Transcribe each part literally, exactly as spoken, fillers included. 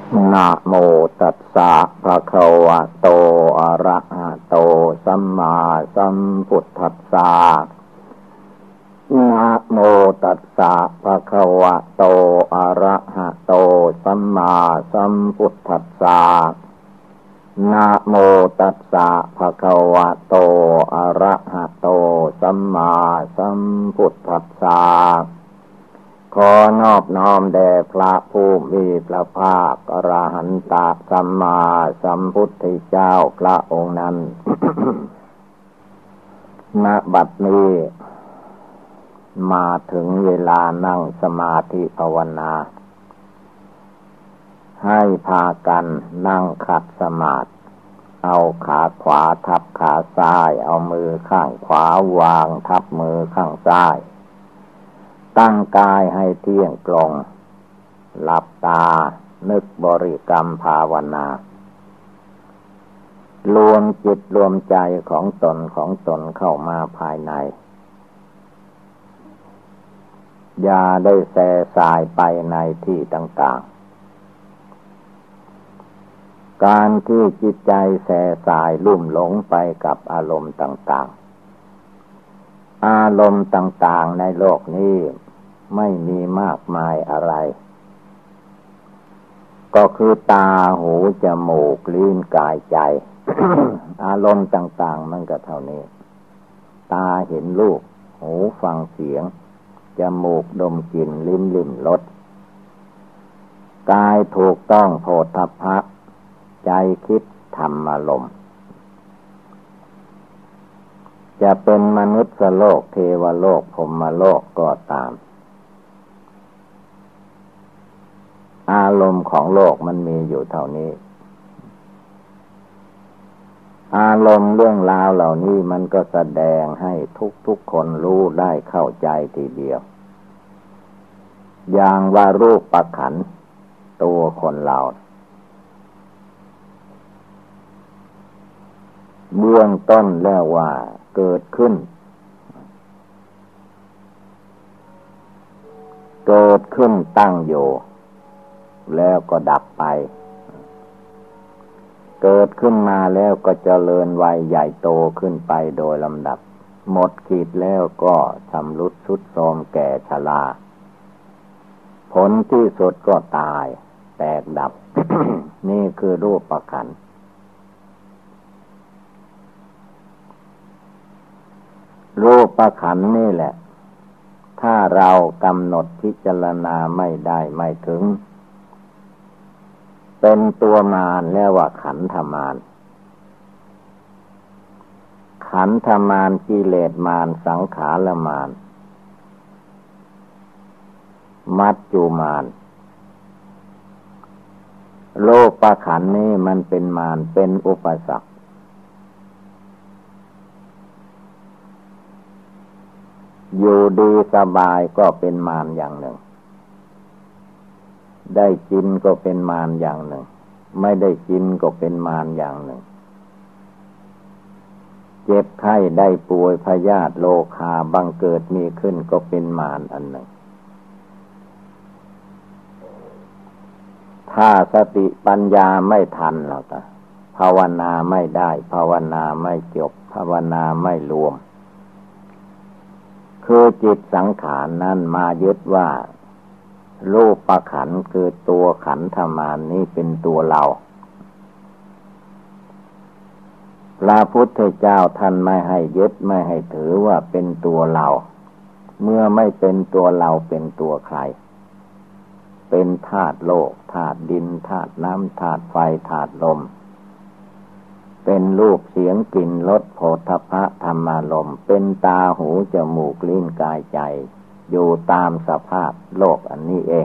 นะโมตัสสะภะคะวะโตอะระหะโตสัมมาสัมพุทธัสสะนะโมตัสสะภะคะวะโตอะระหะโตสัมมาสัมพุทธัสสะนะโมตัสสะภะคะวะโตอะระหะโตสัมมาสัมพุทธัสสะขอนอบน้อมแด่พระผู้มีพระภาคอรหันตสัมมาสัมพุทธเจ้าพระองค์นั้น ณ บัดนี้มาถึงเวลานั่งสมาธิภาวนาให้พากันนั่งขัดสมาธิเอาขาขวาทับขาซ้ายเอามือข้างขวาวางทับมือข้างซ้ายตั้งกายให้เที่ยงตรงหลับตานึกบริกรรมภาวนารวมจิตรวมใจของตนของตนเข้ามาภายในอย่าได้แส่สายไปในที่ต่างๆการที่จิตใจแส่สายลุ่มหลงไปกับอารมณ์ต่างๆอารมณ์ต่างๆในโลกนี้ไม่มีมากมายอะไรก็คือตาหูจมูกลิ้นกายใจ อารมณ์ต่างๆมันก็เท่านี้ตาเห็นรูปหูฟังเสียงจมูกดมกลิ่นลิ้นลิ้มรสกายถูกต้องโผฏฐัพพะใจคิดธรรมอารมณ์จะเป็นมนุษย์โลกเทวโลกพรหมโลกก็ตามอารมณ์ของโลกมันมีอยู่เท่านี้อารมณ์เรื่องราวเหล่านี้มันก็แสดงให้ทุกๆคนรู้ได้เข้าใจทีเดียวอย่างว่ารูปประขันธ์ตัวคนเราเบื้องต้นแล้วว่าเกิดขึ้นเกิดขึ้นตั้งอยู่แล้วก็ดับไปเกิดขึ้นมาแล้วก็เจริญวัยใหญ่โตขึ้นไปโดยลำดับหมดขีดแล้วก็ชำรุดทรุดโทรมแก่ชราผลที่สุดก็ตายแตกดับ นี่คือรูปขันธ์รูปขันธ์นี่แหละถ้าเรากำหนดพิจารณาไม่ได้ไม่ถึงเป็นตัวมารแล้วว่าขันธมารขันธมารกิเลสมารสังขารมารมัจจุมารโลกประขันธ์นี้มันเป็นมารเป็นอุปสรรคอยู่ดีสบายก็เป็นมารอย่างหนึ่งได้กินก็เป็นมารอย่างหนึ่งไม่ได้กินก็เป็นมารอย่างหนึ่งเจ็บไข้ได้ป่วยพยาธิโรคาบังเกิดมีขึ้นก็เป็นมารอันหนึ่งถ้าสติปัญญาไม่ทันแล้วก็ภาวนาไม่ได้ภาวนาไม่จบภาวนาไม่รวมคือจิตสังขารนั้นมายึดว่ารูปประขันธ์คือตัวขันธมารนี้เป็นตัวเราพระพุทธเจ้าท่านไม่ให้ยึดไม่ให้ถือว่าเป็นตัวเราเมื่อไม่เป็นตัวเราเป็นตัวใครเป็นธาตุโลกธาตุดินธาตุน้ำธาตุไฟธาตุลมเป็นรูปเสียงกลิ่นรสโผฏฐัพพะธรรมารมณ์เป็นตาหูจมูกลิ้นกายใจอยู่ตามสภาพโลกอันนี้เอง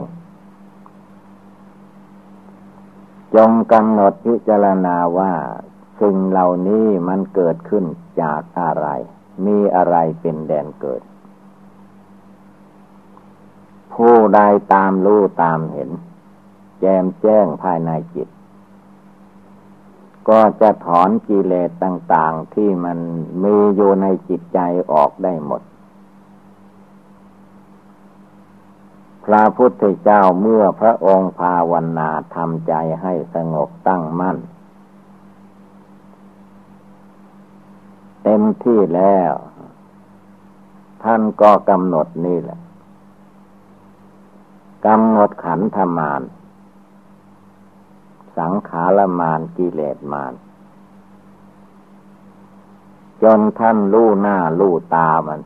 จงกำหนดพิจารณาว่าสิ่งเหล่านี้มันเกิดขึ้นจากอะไรมีอะไรเป็นแดนเกิดผู้ใดตามรู้ตามเห็นแจ่มแจ้งภายในจิตก็จะถอนกิเลสต่างๆที่มันมีอยู่ในจิตใจออกได้หมดพระพุทธเจ้าเมื่อพระองค์ภาวนาทำใจให้สงบตั้งมั่นเต็มที่แล้วท่านก็กำหนดนี่แหละกำหนดขันธมารสังขารมารกิเลสมารจนท่านรู้หน้ารู้ตามัน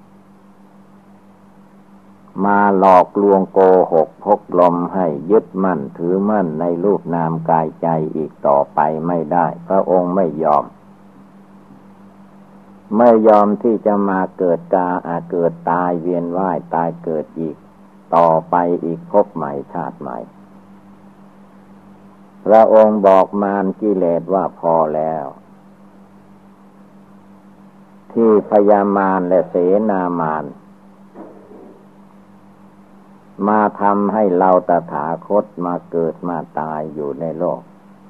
มาหลอกลวงโกหกพกลมให้ยึดมั่นถือมั่นในรูปนามกายใจอีกต่อไปไม่ได้พระองค์ไม่ยอมไม่ยอมที่จะมาเกิดกาอาเกิดตายเวียนว่ายตายเกิดอีกต่อไปอีกภพใหม่ชาติใหม่พระองค์บอกมารกิเลสว่าพอแล้วที่พยามารและเสนามารมาทำให้เราตถาคตมาเกิดมาตายอยู่ในโลก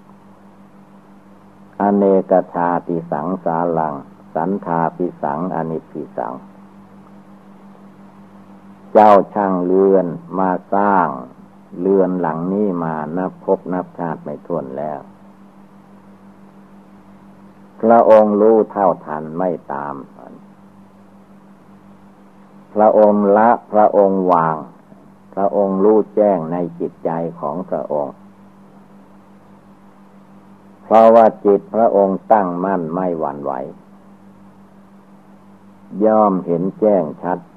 อเนกชาติสังสารังสันทาปิสังอนิจปิสังเจ้าช่างเรือนมาสร้างเรือนหลังนี้มานับพบนับชาติไม่ถ้วนแล้วพระองค์รู้เท่าทันไม่ตามพระองค์ละพระองค์วางพระองค์รู้แจ้งในจิตใจของพระองค์เพราะว่าจิตพระองค์ตั้งมั่นไม่หวั่นไหวย่อมเห็นแจ้งชัด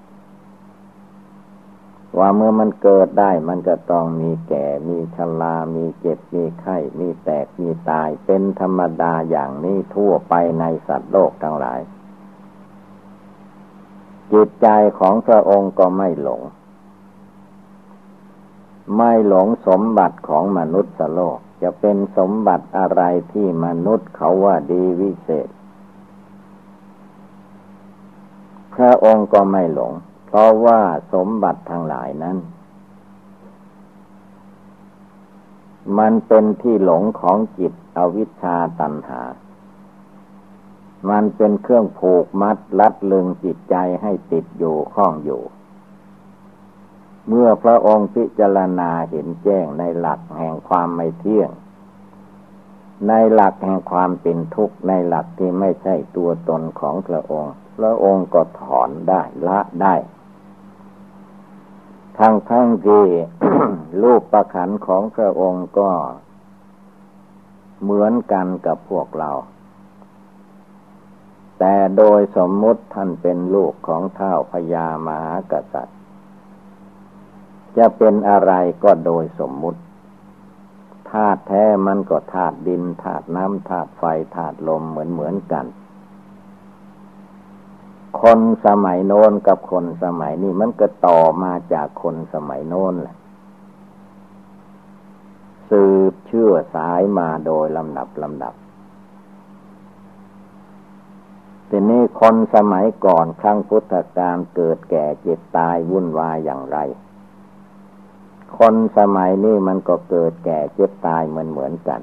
ว่าเมื่อมันเกิดได้มันก็ต้องมีแก่มีชรามีเจ็บมีไข้มีแตกมีตายเป็นธรรมดาอย่างนี้ทั่วไปในสัตว์โลกทั้งหลายจิตใจของพระองค์ก็ไม่หลงไม่หลงสมบัติของมนุษย์โลกจะเป็นสมบัติอะไรที่มนุษย์เขาว่าดีวิเศษพระองค์ก็ไม่หลงเพราะว่าสมบัติทั้งหลายนั้นมันเป็นที่หลงของจิตอวิชชาตัณหามันเป็นเครื่องผูกมัดลัดลึงจิตใจให้ติดอยู่ข้องอยู่เมื่อพระองค์พิจารณาเห็นแจ้งในหลักแห่งความไม่เที่ยงในหลักแห่งความเป็นทุกข์ในหลักที่ไม่ใช่ตัวตนของพระองค์พระองค์ก็ถอนได้ละได้ทั้งทั้งที่ รูปประขันของพระองค์ก็เหมือนกันกับพวกเราแต่โดยสมมุติท่านเป็นลูกของท้าวพญามหากษัตริย์จะเป็นอะไรก็โดยสมมุติธาตุแท้มันก็ธาตุดินธาตุน้ำธาตุไฟธาตุลมเหมือนเหมือนกันคนสมัยโน้นกับคนสมัยนี้มันก็ต่อมาจากคนสมัยโน้นแหละสืบเชื่อสายมาโดยลำดับลำดับทีนี้คนสมัยก่อนครั้งพุทธกาลเกิดแก่เจ็บตายวุ่นวายอย่างไรคนสมัยนี้มันก็เกิดแก่เจ็บตายเหมือนเหมือนกัน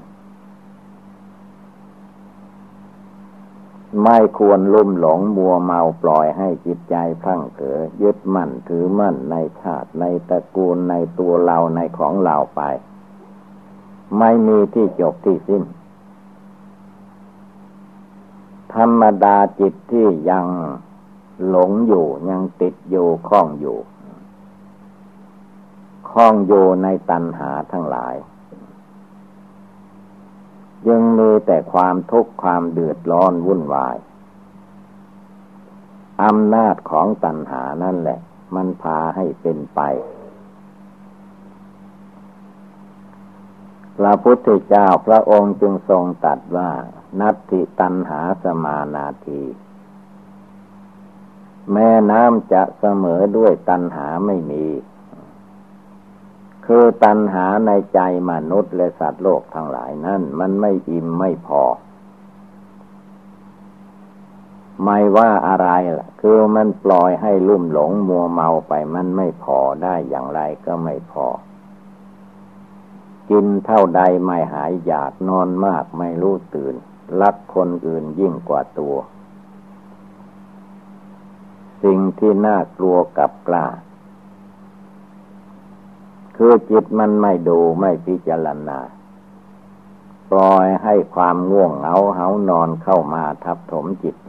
ไม่ควรลุ่มหลงมัวเมาปล่อยให้จิตใจพลั้งเผลอยึดมั่นถือมั่นในชาติในตระกูลในตัวเราในของเราไปไม่มีที่จบที่สิ้นธรรมดาจิตที่ยังหลงอยู่ยังติดอยู่ข้องอยู่ข้องอยู่ในตัณหาทั้งหลายยังมีแต่ความทุกข์ความเดือดร้อนวุ่นวายอำนาจของตัณหานั่นแหละมันพาให้เป็นไปพระพุทธเจ้าพระองค์จึงทรงตรัสว่านัตถิตัณหาสมานาทีแม่น้ำจะเสมอด้วยตัณหาไม่มีคือตัณหาในใจมนุษย์และสัตว์โลกทั้งหลายนั้นมันไม่อิ่มไม่พอไม่ว่าอะไรล่ะคือมันปล่อยให้ลุ่มหลงมัวเมาไปมันไม่พอได้อย่างไรก็ไม่พอกินเท่าใดไม่หายอยากนอนมากไม่รู้ตื่นรักคนอื่นยิ่งกว่าตัวสิ่งที่น่ากลัวกับกล้าคือจิตมันไม่ดูไม่พิจารณาปล่อยให้ความง่วงเหงาเหานอนเข้ามาทับถมจิตใจ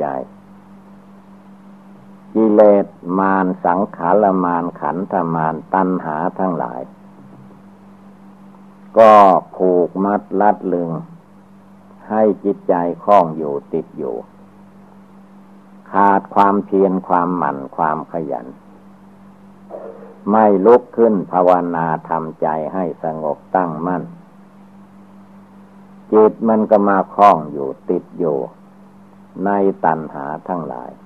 กิเลสมารสังขารมารขันธมารตัณหาทั้งหลายก็ผูกมัดลัดลึงให้จิตใจคล้องอยู่ติดอยู่ขาดความเพียรความหมั่นความขยันไม่ลุกขึ้นภาวนาทำใจให้สงบตั้งมั่นจิตมันก็มาคล้องอยู่ติดอยู่ในตัณหาทั้งหลาย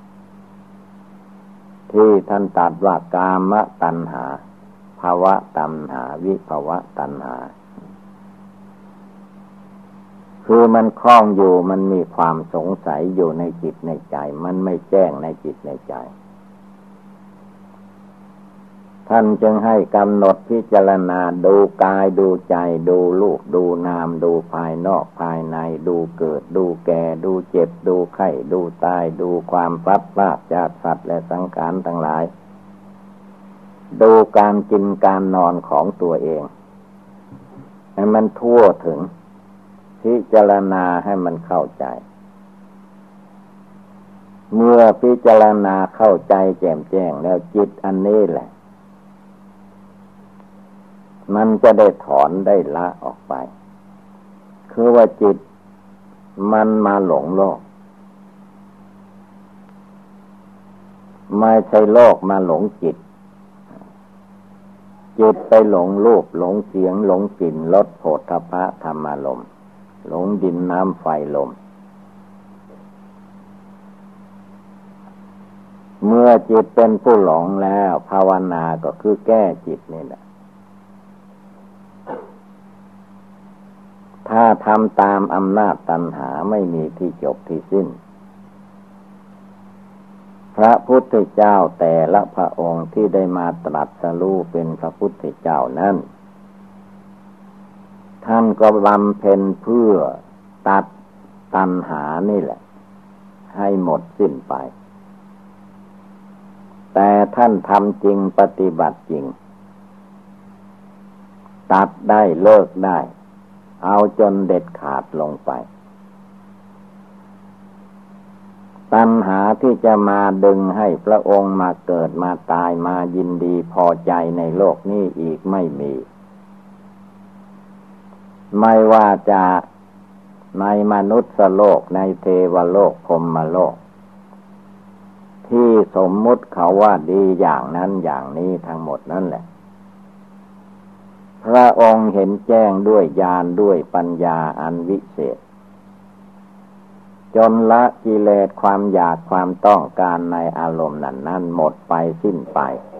ที่ท่านตรัสว่ากามตัณหาภวตัณหาวิภวตัณหาคือมันคล้องอยู่มันมีความสงสัยอยู่ในจิตในใจมันไม่แจ้งในจิตในใจท่านจึงให้กำหนดพิจารณาดูกายดูใจดูรูปดูนามดูภายนอกภายในดูเกิดดูแก่ดูเจ็บดูไข้ดูตายดูความพลัดพรากจากสัตว์และสังขารทั้งหลายดูการกินการนอนของตัวเองให้มันทั่วถึงพิจารณาให้มันเข้าใจเมื่อพิจารณาเข้าใจแจ่มแจ้งแล้วจิตอันนี้แหละมันจะได้ถอนได้ละออกไปคือว่าจิตมันมาหลงโลกไม่ใช่โลกมาหลงจิตจิตไปหลงรูปหลงเสียงหลงกลิ่นรสโผฏฐัพพะธรรมารมณ์หลงดินน้ำไฟลมเมื่อจิตเป็นผู้หลงแล้วภาวนาก็คือแก้จิตนี่แหละถ้าทำตามอำนาจตัณหาไม่มีที่จบที่สิ้นพระพุทธเจ้าแต่ละพระองค์ที่ได้มาตรัสรู้เป็นพระพุทธเจ้านั้นท่านก็บำเพ็ญเพื่อตัดตัณหานี่แหละให้หมดสิ้นไปแต่ท่านทำจริงปฏิบัติจริงตัดได้เลิกได้เอาจนเด็ดขาดลงไปตัณหาที่จะมาดึงให้พระองค์มาเกิดมาตายมายินดีพอใจในโลกนี้อีกไม่มีไม่ว่าจะในมนุษย์โลกในเทวโลกพรหมโลกที่สมมุติเขาว่าดีอย่างนั้นอย่างนี้ทั้งหมดนั่นแหละพระองค์เห็นแจ้งด้วยญาณด้วยปัญญาอันวิเศษจนละกิเลสความอยากความต้องการในอารมณ์นั้นนั้นหมดไปสิ้นไป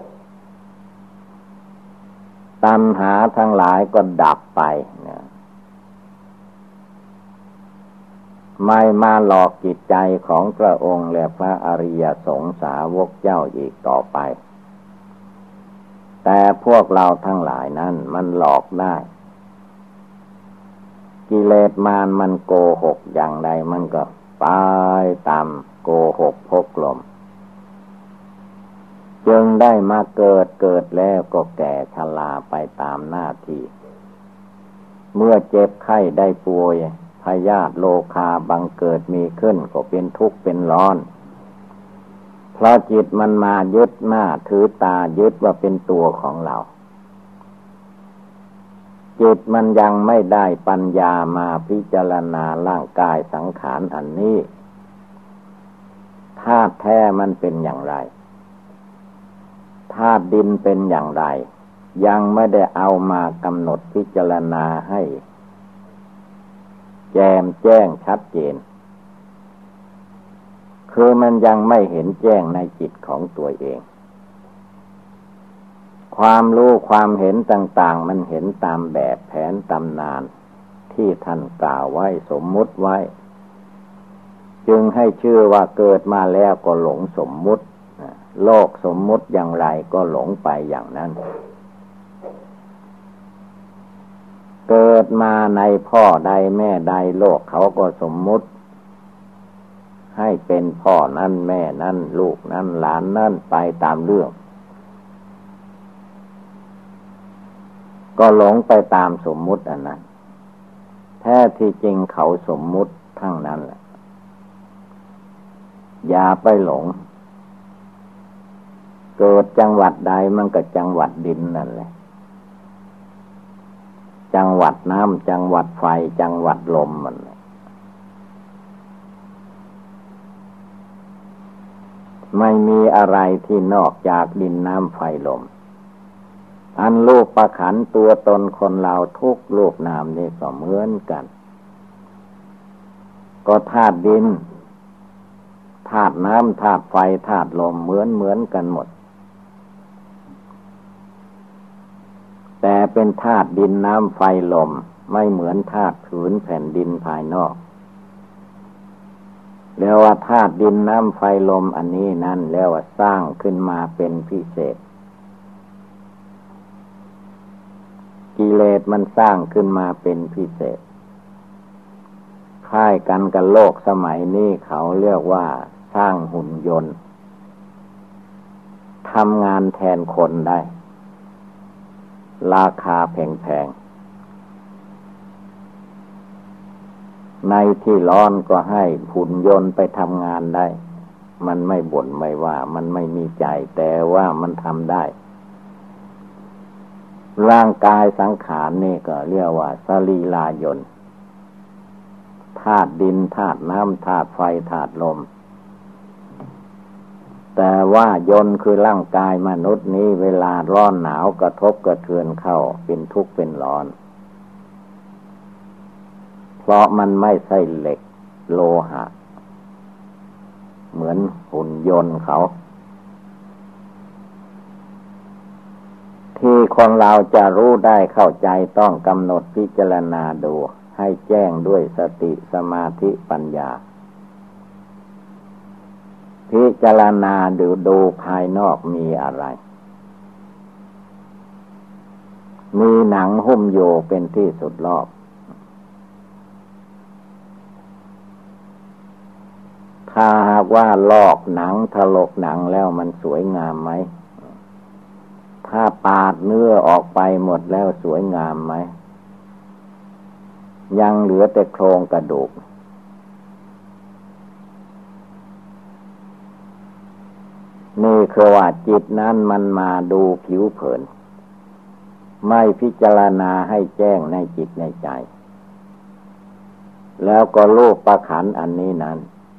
ตัณหาทั้งหลายก็ดับไปเนี่ยไม่มาหลอกจิตใจของพระองค์และพระอริยสงสาวกเจ้าอีกต่อไปแต่พวกเราทั้งหลายนั้นมันหลอกได้กิเลสมารมันโกหกอย่างใดมันก็ไปตามโกหกพกลมจึงได้มาเกิดเกิดแล้วก็แก่ชราไปตามหน้าที่เมื่อเจ็บไข้ได้ป่วยพยาธิโรคาบังเกิดมีขึ้นก็เป็นทุกข์เป็นร้อนเพราะจิตมันมายึดหน้าถือตายึดว่าเป็นตัวของเราจิตมันยังไม่ได้ปัญญามาพิจารณาร่างกายสังขารอันนี้ธาตุแท้มันเป็นอย่างไรธาตุดินเป็นอย่างไรยังไม่ได้เอามากำหนดพิจารณาให้แจ่มแจ้งชัดเจนคือมันยังไม่เห็นแจ้งในจิตของตัวเองความรู้ความเห็นต่างๆมันเห็นตามแบบแผนตำนานที่ท่านกล่าวไว้สมมุติไว้จึงให้ชื่อว่าเกิดมาแล้วก็หลงสมมุติโลกสมมุติอย่างไรก็หลงไปอย่างนั้นเกิดมาในพ่อใดแม่ใดโลกเขาก็สมมุติให้เป็นพ่อนั่นแม่นั่นลูกนั่นหลานนั่นไปตามเรื่องก็หลงไปตามสมมุติอันนั้นแท้ที่จริงเขาสมมุติทั้งนั้นแหละอย่าไปหลงเกิดจังหวัดใดมันก็จังหวัดดินนั่นแหละจังหวัดน้ำจังหวัดไฟจังหวัดลมมันไม่มีอะไรที่นอกจากดินน้ำไฟลมอันรูปประขันตัวตนคนเราทุกรูปนามนี่ก็เหมือนกันก็ธาตุดินธาตุน้ำธาตุไฟธาตุลมเหมือนเหมือนกันหมดแต่เป็นธาตุดินน้ำไฟลมไม่เหมือนธาตุผืนแผ่นดินภายนอกเรียกว่าธาตุดินน้ำไฟลมอันนี้นั่นเรียกว่าสร้างขึ้นมาเป็นพิเศษกิเลสมันสร้างขึ้นมาเป็นพิเศษคล้ายกันกับโลกสมัยนี้เขาเรียกว่าสร้างหุ่นยนต์ทำงานแทนคนได้ราคาแพงๆในที่ร้อนก็ให้หุ่นยนต์ไปทำงานได้มันไม่บ่นไม่ว่ามันไม่มีใจแต่ว่ามันทำได้ร่างกายสังขารนี่ก็เรียกว่าสรีรายนต์ธาตุดินธาตุน้ำธาตุไฟธาตุลมแต่ว่ายนต์คือร่างกายมนุษย์นี้เวลาร้อนหนาวกระทบกระเทือนเข้าเป็นทุกข์เป็นร้อนเพราะมันไม่ใช่เหล็กโลหะเหมือนหุ่นยนต์เขาที่คนเราจะรู้ได้เข้าใจต้องกำหนดพิจารณาดูให้แจ้งด้วยสติสมาธิปัญญาพิจารณาดูดูภายนอกมีอะไรมีหนังหุ้มโยเป็นที่สุดรอบถ้าหากว่าลอกหนังถลกหนังแล้วมันสวยงามไหมถ้าปาดเนื้อออกไปหมดแล้วสวยงามไหมยังเหลือแต่โครงกระดูกนี่คือว่าจิตนั้นมันมาดูผิวเผินไม่พิจารณาให้แจ้งในจิตในใจแล้วก็รูปประขันอันนี้นั้น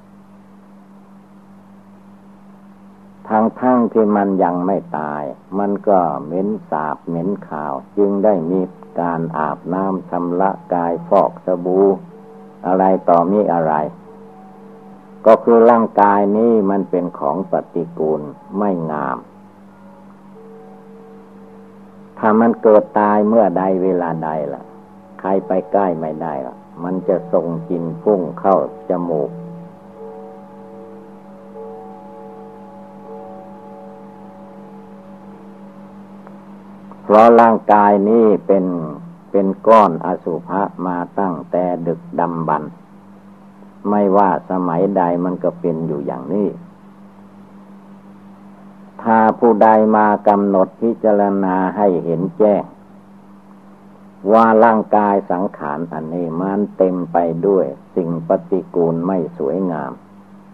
ทั้งๆที่มันยังไม่ตายมันก็เหม็นสาบเหม็นขาวจึงได้มีการอาบน้ำชำระกายฟอกสบู่อะไรต่อมีอะไรก็คือร่างกายนี้มันเป็นของปฏิกูลไม่งามถ้ามันเกิดตายเมื่อใดเวลาใดล่ะใครไปใกล้ไม่ได้ล่ะมันจะส่งกลิ่นฟุ้งเข้าจมูกเพราะร่างกายนี้เป็นเป็นก้อนอสุภะมาตั้งแต่ดึกดำบรรพ์ไม่ว่าสมัยใดมันก็เป็นอยู่อย่างนี้ถ้าผู้ใดมากำหนดพิจารณาให้เห็นแจ้งว่าร่างกายสังขารอันนี้มันเต็มไปด้วยสิ่งปฏิกูลไม่สวยงาม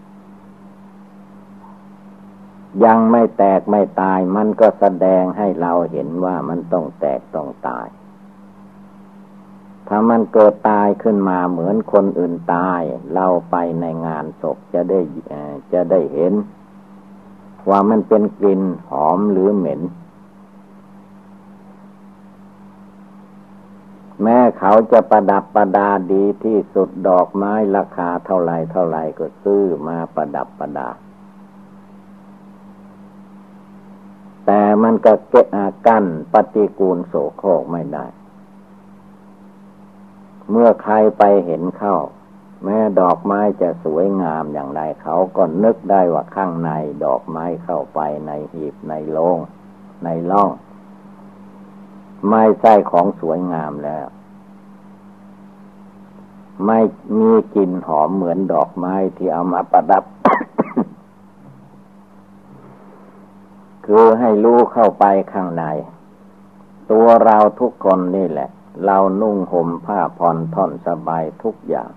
ยังไม่แตกไม่ตายมันก็แสดงให้เราเห็นว่ามันต้องแตกต้องตายถ้ามันเกิดตายขึ้นมาเหมือนคนอื่นตายเราไปในงานศพจะได้จะได้เห็นว่ามันเป็นกลิ่นหอมหรือเหม็นแม้เขาจะประดับประดาดีที่สุดดอกไม้ราคาเท่าไรเท่าไรก็ซื้อมาประดับประดาแต่มันก็เกะกั้นปฏิกูลโสโครกไม่ได้เมื่อใครไปเห็นเข้าแม้ดอกไม้จะสวยงามอย่างไรเขาก็นึกได้ว่าข้างในดอกไม้เข้าไปในหีบในโลงในร่องไม่ใช่ของสวยงามแล้วไม่มีกลิ่นหอมเหมือนดอกไม้ที่เอามาประดับ คือให้รู้เข้าไปข้างในตัวเราทุกคนนี่แหละเรานุ่งห่มผ้าผ่อนท่อนสบายทุกอย่าง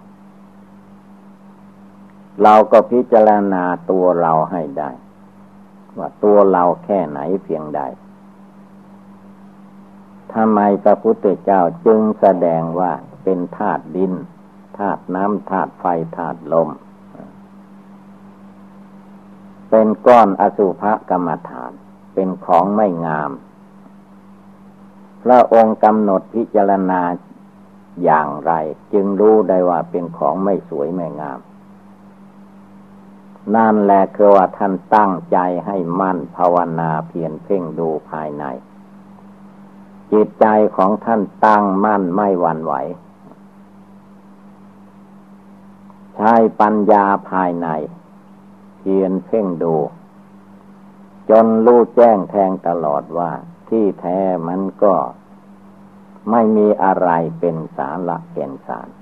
เราก็พิจารณาตัวเราให้ได้ว่าตัวเราแค่ไหนเพียงใดทำไมพระพุทธเจ้าจึงแสดงว่าเป็นธาตุดินธาตุน้ำธาตุไฟธาตุลมเป็นก้อนอสุภกรรมฐานเป็นของไม่งามพระองค์กำหนดพิจารณาอย่างไรจึงรู้ได้ว่าเป็นของไม่สวยไม่งามนั่นแหละคือว่าท่านตั้งใจให้มั่นภาวนาเพียรเพ่งดูภายในจิตใจของท่านตั้งมั่นไม่หวั่นไหวใช้ปัญญาภายในเพียรเพ่งดูจนรู้แจ้งแทงตลอดว่าที่แท้มันก็ไม่มีอะไรเป็นสาระแก่นสาร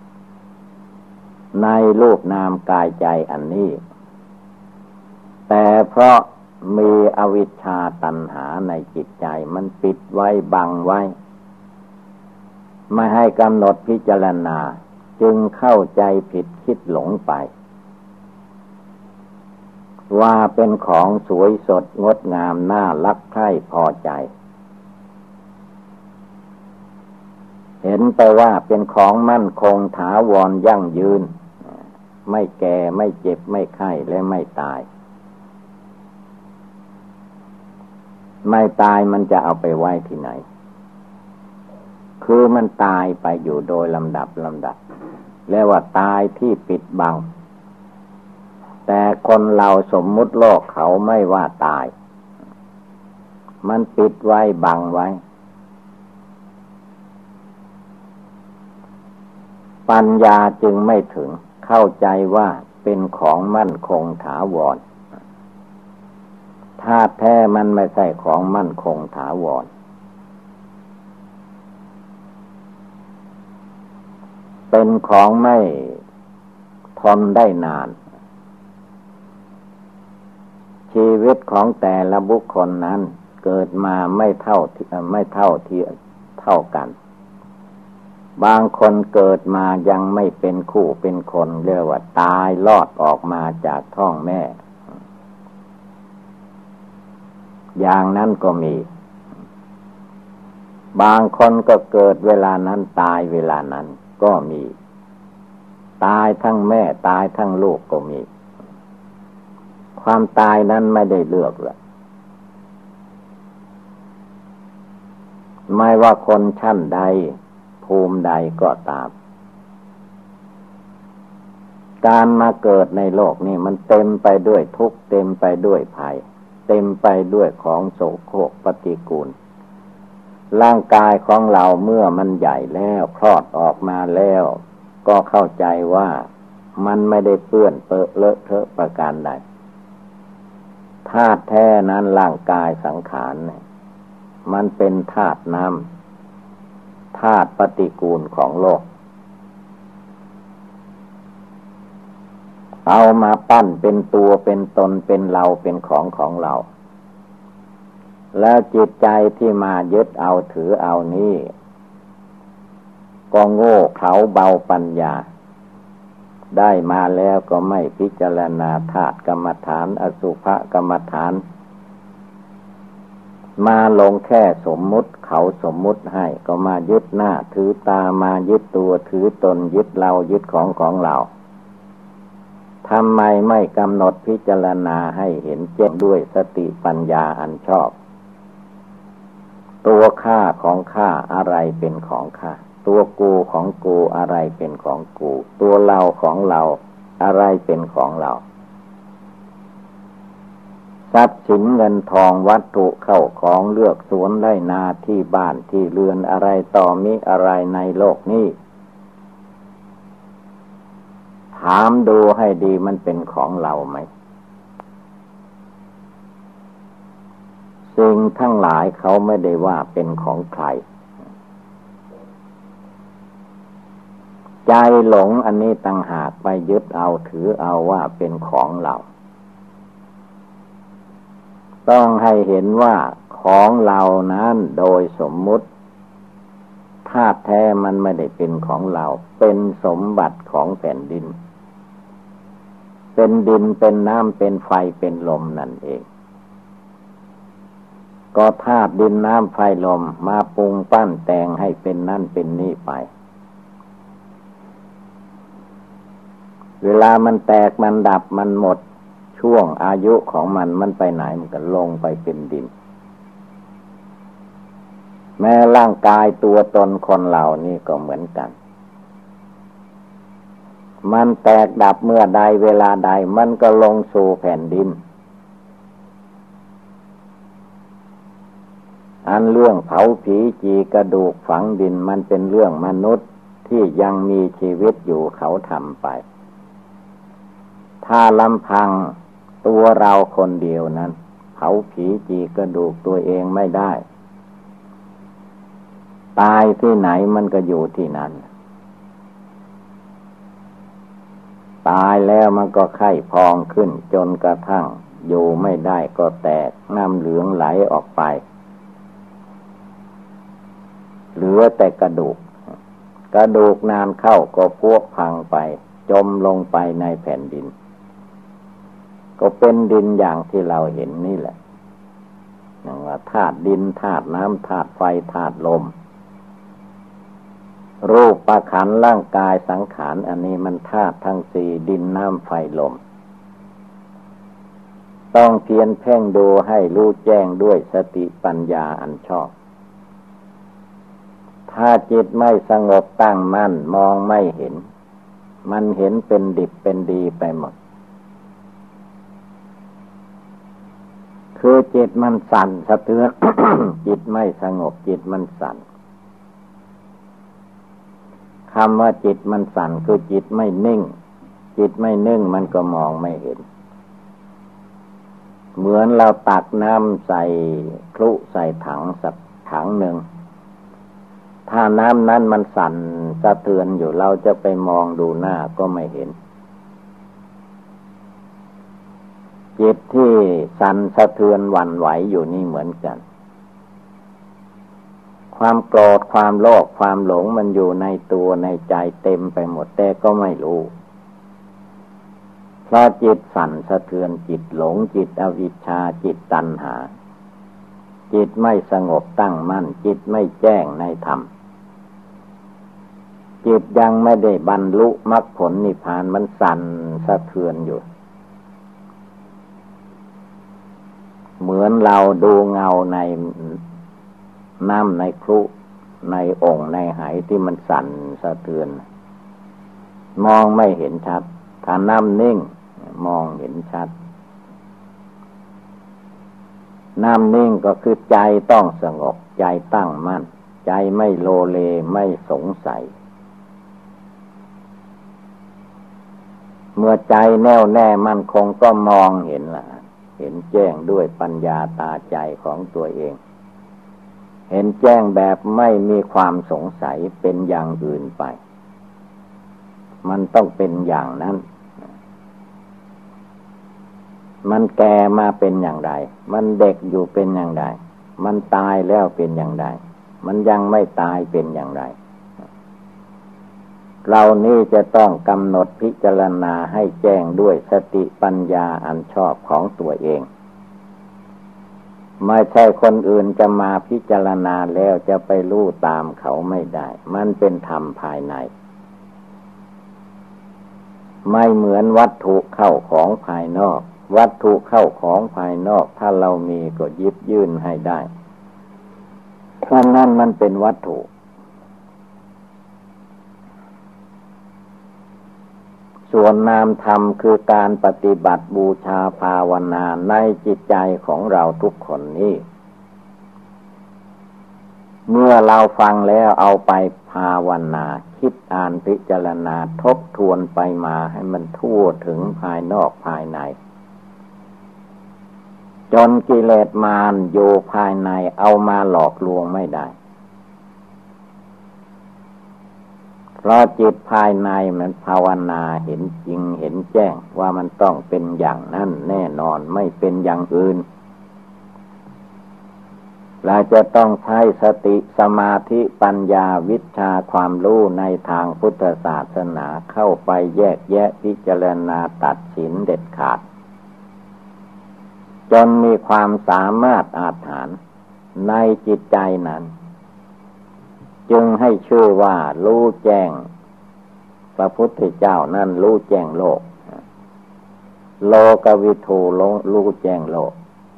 ในรูปนามกายใจอันนี้แต่เพราะมีอวิชชาตัณหาในจิตใจมันปิดไว้บังไว้ไม่ให้กำหนดพิจารณาจึงเข้าใจผิดคิดหลงไปว่าเป็นของสวยสดงดงามน่ารักใคร่พอใจเห็นไปว่าเป็นของมั่นคงถาวรยั่งยืนไม่แก่ไม่เจ็บไม่ไข้และไม่ตายไม่ตายมันจะเอาไปไว้ที่ไหนคือมันตายไปอยู่โดยลำดับลำดับเรียกว่าตายที่ปิดบังแต่คนเราสมมุติโลกเขาไม่ว่าตายมันปิดไว้บังไว้ปัญญาจึงไม่ถึงเข้าใจว่าเป็นของมั่นคงถาวรธาตุแท้มันไม่ใช่ของมั่นคงถาวรเป็นของไม่ทนได้นานชีวิตของแต่ละบุคคลนั้นเกิดมาไม่เท่าไม่เท่าที่เท่ากันบางคนเกิดมายังไม่เป็นคู่เป็นคนเรียกว่าตายรอดออกมาจากท้องแม่อย่างนั้นก็มีบางคนก็เกิดเวลานั้นตายเวลานั้นก็มีตายทั้งแม่ตายทั้งลูกก็มีความตายนั้นไม่ได้เลือกเลยไม่ว่าคนชั้นใดภูมิใดก็ตามการมาเกิดในโลกนี้มันเต็มไปด้วยทุกข์เต็มไปด้วยภัยเต็มไปด้วยของโสโครกปฏิกูลร่างกายของเราเมื่อมันใหญ่แล้วคลอดออกมาแล้วก็เข้าใจว่ามันไม่ได้เปื้อนเปอะเลอะเทอะประการใดธาตุแท้นั้นร่างกายสังขารเนี่ยมันเป็นธาตุน้ำธาตุปฏิกูลของโลกเอามาปั้นเป็นตัวเป็นตนเป็นเราเป็นของของเราแล้วจิตใจที่มายึดเอาถือเอานี้ก็โง่เขลาเบาปัญญาได้มาแล้วก็ไม่พิจารณาธาตุกรรมฐานอสุภกรรมฐานมาลงแค่สมมุติเขาสมมุติให้ก็มายึดหน้าถือตามายึดตัวถือตนยึดเรายึดของของเราทำไมไม่กำหนดพิจารณาให้เห็นแจ้งด้วยสติปัญญาอันชอบตัวข้าของข้าอะไรเป็นของข้าตัวกูของกูอะไรเป็นของกูตัวเราของเราอะไรเป็นของเราทรัพย์สินเงินทองวัตถุเข้าของเลือกสวนไร่นาที่บ้านที่เรือนอะไรต่อมิอะไรในโลกนี้ถามดูให้ดีมันเป็นของเราไหมสิ่งทั้งหลายเขาไม่ได้ว่าเป็นของใครใจหลงอันนี้ต่างหากไปยึดเอาถือเอาว่าเป็นของเราต้องให้เห็นว่าของเรานั้นโดยสมมุติธาตุแท้มันไม่ได้เป็นของเราเป็นสมบัติของแผ่นดินเป็นดินเป็นน้ำเป็นไฟเป็นลมนั่นเองก็ธาตุดินน้ำไฟลมมาปรุงปั้นแต่งให้เป็นนั่นเป็นนี่ไปเวลามันแตกมันดับมันหมดช่วงอายุของมันมันไปไหนมันก็ลงไปเป็นดินแม้ร่างกายตัวตนคนเหล่านี้ก็เหมือนกันมันแตกดับเมื่อใดเวลาใดมันก็ลงสู่แผ่นดินอันเรื่องเผาผีจีกระดูกฝังดินมันเป็นเรื่องมนุษย์ที่ยังมีชีวิตอยู่เขาทำไปถ้าลำพังตัวเราคนเดียวนั้นเผาผีจีกระดูกตัวเองไม่ได้ตายที่ไหนมันก็อยู่ที่นั่นตายแล้วมันก็ไข้พองขึ้นจนกระทั่งอยู่ไม่ได้ก็แตกน้ำเหลืองไหลออกไปเหลือแต่กระดูกกระดูกนานเข้าก็พวกพังไปจมลงไปในแผ่นดินก็เป็นดินอย่างที่เราเห็นนี่แหละอย่างว่าธาตุดินธาตุน้ำธาตุไฟธาตุลมรูปประขันธ์ร่างกายสังขารอันนี้มันธาตุทั้งสี่ดินน้ำไฟลมต้องเพียรเพ่งดูให้รู้แจ้งด้วยสติปัญญาอันชอบถ้าจิตไม่สงบตั้งมั่นมองไม่เห็นมันเห็นเป็นดิบเป็นดีไปหมดคือจิตมันสั่นสะเทือน จิตไม่สงบจิตมันสั่นคำว่าจิตมันสั่นคือจิตไม่นิ่งจิตไม่นิ่งมันก็มองไม่เห็นเหมือนเราตักน้ำใส่คลุใส่ถังสักถังหนึ่งถ้าน้ำนั้นมันสั่นสะเทือนอยู่เราจะไปมองดูหน้าก็ไม่เห็นจิตที่สั่นสะเทือนหวั่นไหวอยู่นี่เหมือนกันความโกรธความโลภความหลงมันอยู่ในตัวในใจเต็มไปหมดแต่ก็ไม่รู้เพราะจิตสั่นสะเทือนจิตหลงจิตอวิชชาจิตตัณหาจิตไม่สงบตั้งมั่นจิตไม่แจ้งในธรรมจิตยังไม่ได้บรรลุมรรคผลนิพพานมันสั่นสะเทือนอยู่เหมือนเราดูเงาในน้ำในครุในองค์ในไหที่มันสั่นสะเทือนมองไม่เห็นชัดถ้าน้ำนิ่งมองเห็นชัดน้ำนิ่งก็คือใจต้องสงบใจตั้งมั่นใจไม่โลเลไม่สงสัยเมื่อใจแน่วแน่มั่นคงก็มองเห็นละเห็นแจ้งด้วยปัญญาตาใจของตัวเองเห็นแจ้งแบบไม่มีความสงสัยเป็นอย่างอื่นไปมันต้องเป็นอย่างนั้นมันแก่มาเป็นอย่างไรมันเด็กอยู่เป็นอย่างไรมันตายแล้วเป็นอย่างไรมันยังไม่ตายเป็นอย่างไรเรานี่จะต้องกำหนดพิจารณาให้แจ้งด้วยสติปัญญาอันชอบของตัวเองไม่ใช่คนอื่นจะมาพิจารณาแล้วจะไปรู้ตามเขาไม่ได้มันเป็นธรรมภายในไม่เหมือนวัตถุเข้าของภายนอกวัตถุเข้าของภายนอกถ้าเรามีก็หยิบยื่นให้ได้เพราะนั่นมันเป็นวัตถุส่วนนามธรรมคือการปฏิบัติบูชาภาวนาในจิตใจของเราทุกคนนี้เมื่อเราฟังแล้วเอาไปภาวนาคิดอ่านพิจารณาทบทวนไปมาให้มันทั่วถึงภายนอกภายในจนกิเลสมารอยู่ภายในเอามาหลอกลวงไม่ได้เพราะจิตภายในมันภาวนาเห็นจริงเห็นแจ้งว่ามันต้องเป็นอย่างนั้นแน่นอนไม่เป็นอย่างอื่นเราจะต้องใช้สติสมาธิปัญญาวิชาความรู้ในทางพุทธศาสนาเข้าไปแยกแยะพิจารณาตัดสินเด็ดขาดจนมีความสามารถอาจหารในจิตใจนั้นจึงให้ชื่อว่ารู้แจ้งพระพุทธเจ้านั่นรู้แจ้งโลกโลกวิทูรู้แจ้งโลก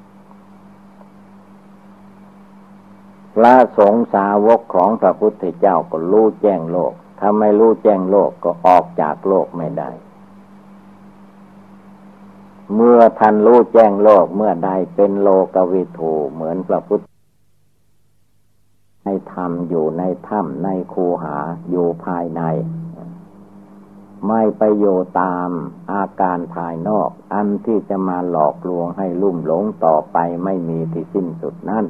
พระสงฆ์สาวกของพระพุทธเจ้าก็รู้แจ้งโลกถ้าไม่รู้แจ้งโลกก็ออกจากโลกไม่ได้เมื่อท่านรู้แจ้งโลกเมื่อใดเป็นโลกวิทูเหมือนพระพุทธในธรรมอยู่ในถ้ำในคูหาอยู่ภายในไม่ไปโยตามอาการภายนอกอันที่จะมาหลอกลวงให้ลุ่มหลงต่อไปไม่มีที่สิ้นสุดนั้น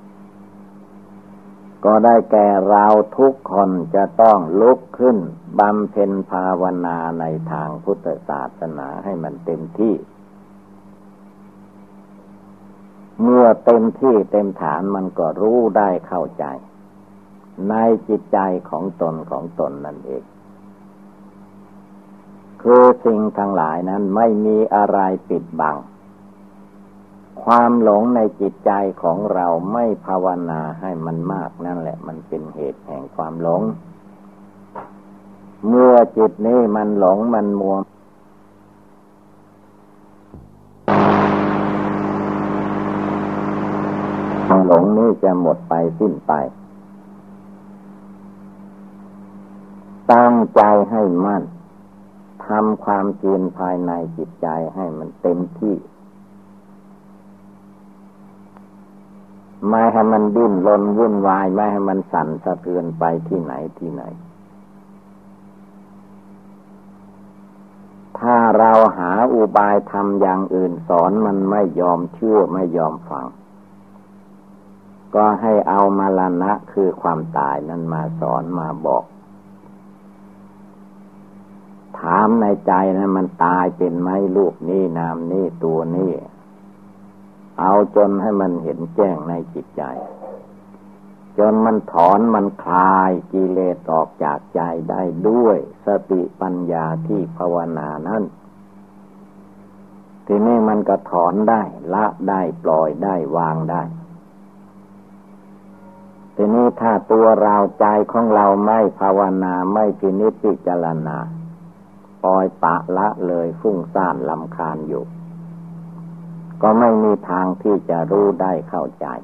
ก็ได้แก่เราทุกคนจะต้องลุกขึ้นบำเพ็ญภาวนาในทางพุทธศาสนาให้มันเต็มที่เมื่อเต็มที่เต็มฐานมันก็รู้ได้เข้าใจในจิตใจของตนของตนนั่นเองคือสิ่งทั้งหลายนั้นไม่มีอะไรปิดบังความหลงในจิตใจของเราไม่ภาวนาให้มันมากนั่นแหละมันเป็นเหตุแห่งความหลงเมื่อจิตนี้มันหลงมันมัวความหลงนี้จะหมดไปสิ้นไปตั้งใจให้มั่นทำความเพียรภายในจิตใจให้มันเต็มที่ไม่ให้มันดิ้นรนวุ่นวายไม่ให้มันสั่นสะเทือนไปที่ไหนที่ไหนถ้าเราหาอุบายทำอย่างอื่นสอนมันไม่ยอมเชื่อไม่ยอมฟังก็ให้เอามรณะคือความตายนั้นมาสอนมาบอกถามในใจนะมันตายเป็นไหมรูปนี้นามนี้ตัวนี้เอาจนให้มันเห็นแจ้งในจิตใจจนมันถอนมันคลายกิเลสออกจากใจได้ด้วยสติปัญญาที่ภาวนานั้นทีนี้มันก็ถอนได้ละได้ปล่อยได้วางได้ทีนี้ถ้าตัวเราใจของเราไม่ภาวนาไม่พินิจพิจารณาปล่อยปะละเลยฟุ้งซ่านรำคาญอยู่ก็ไม่มีทางที่จะรู้ได้เข้าใจ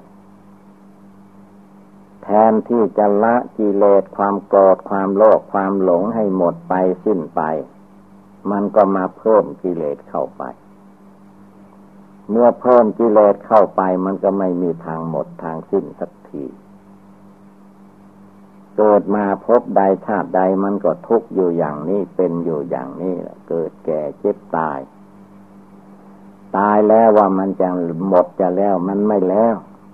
แทนที่จะละกิเลสความโกรธความโลภความหลงให้หมดไปสิ้นไปมันก็มาเพิ่มกิเลสเข้าไปเมื่อเพิ่มกิเลสเข้าไปมันก็ไม่มีทางหมดทางสิ้นสักทีเกิดมาพบใดชาติใดมันก็ทุกข์อยู่อย่างนี้เป็นอยู่อย่างนี้แหละเกิดแก่เจ็บตายตายแล้วว่ามันจะหมดจะแล้วมันไม่แล้ว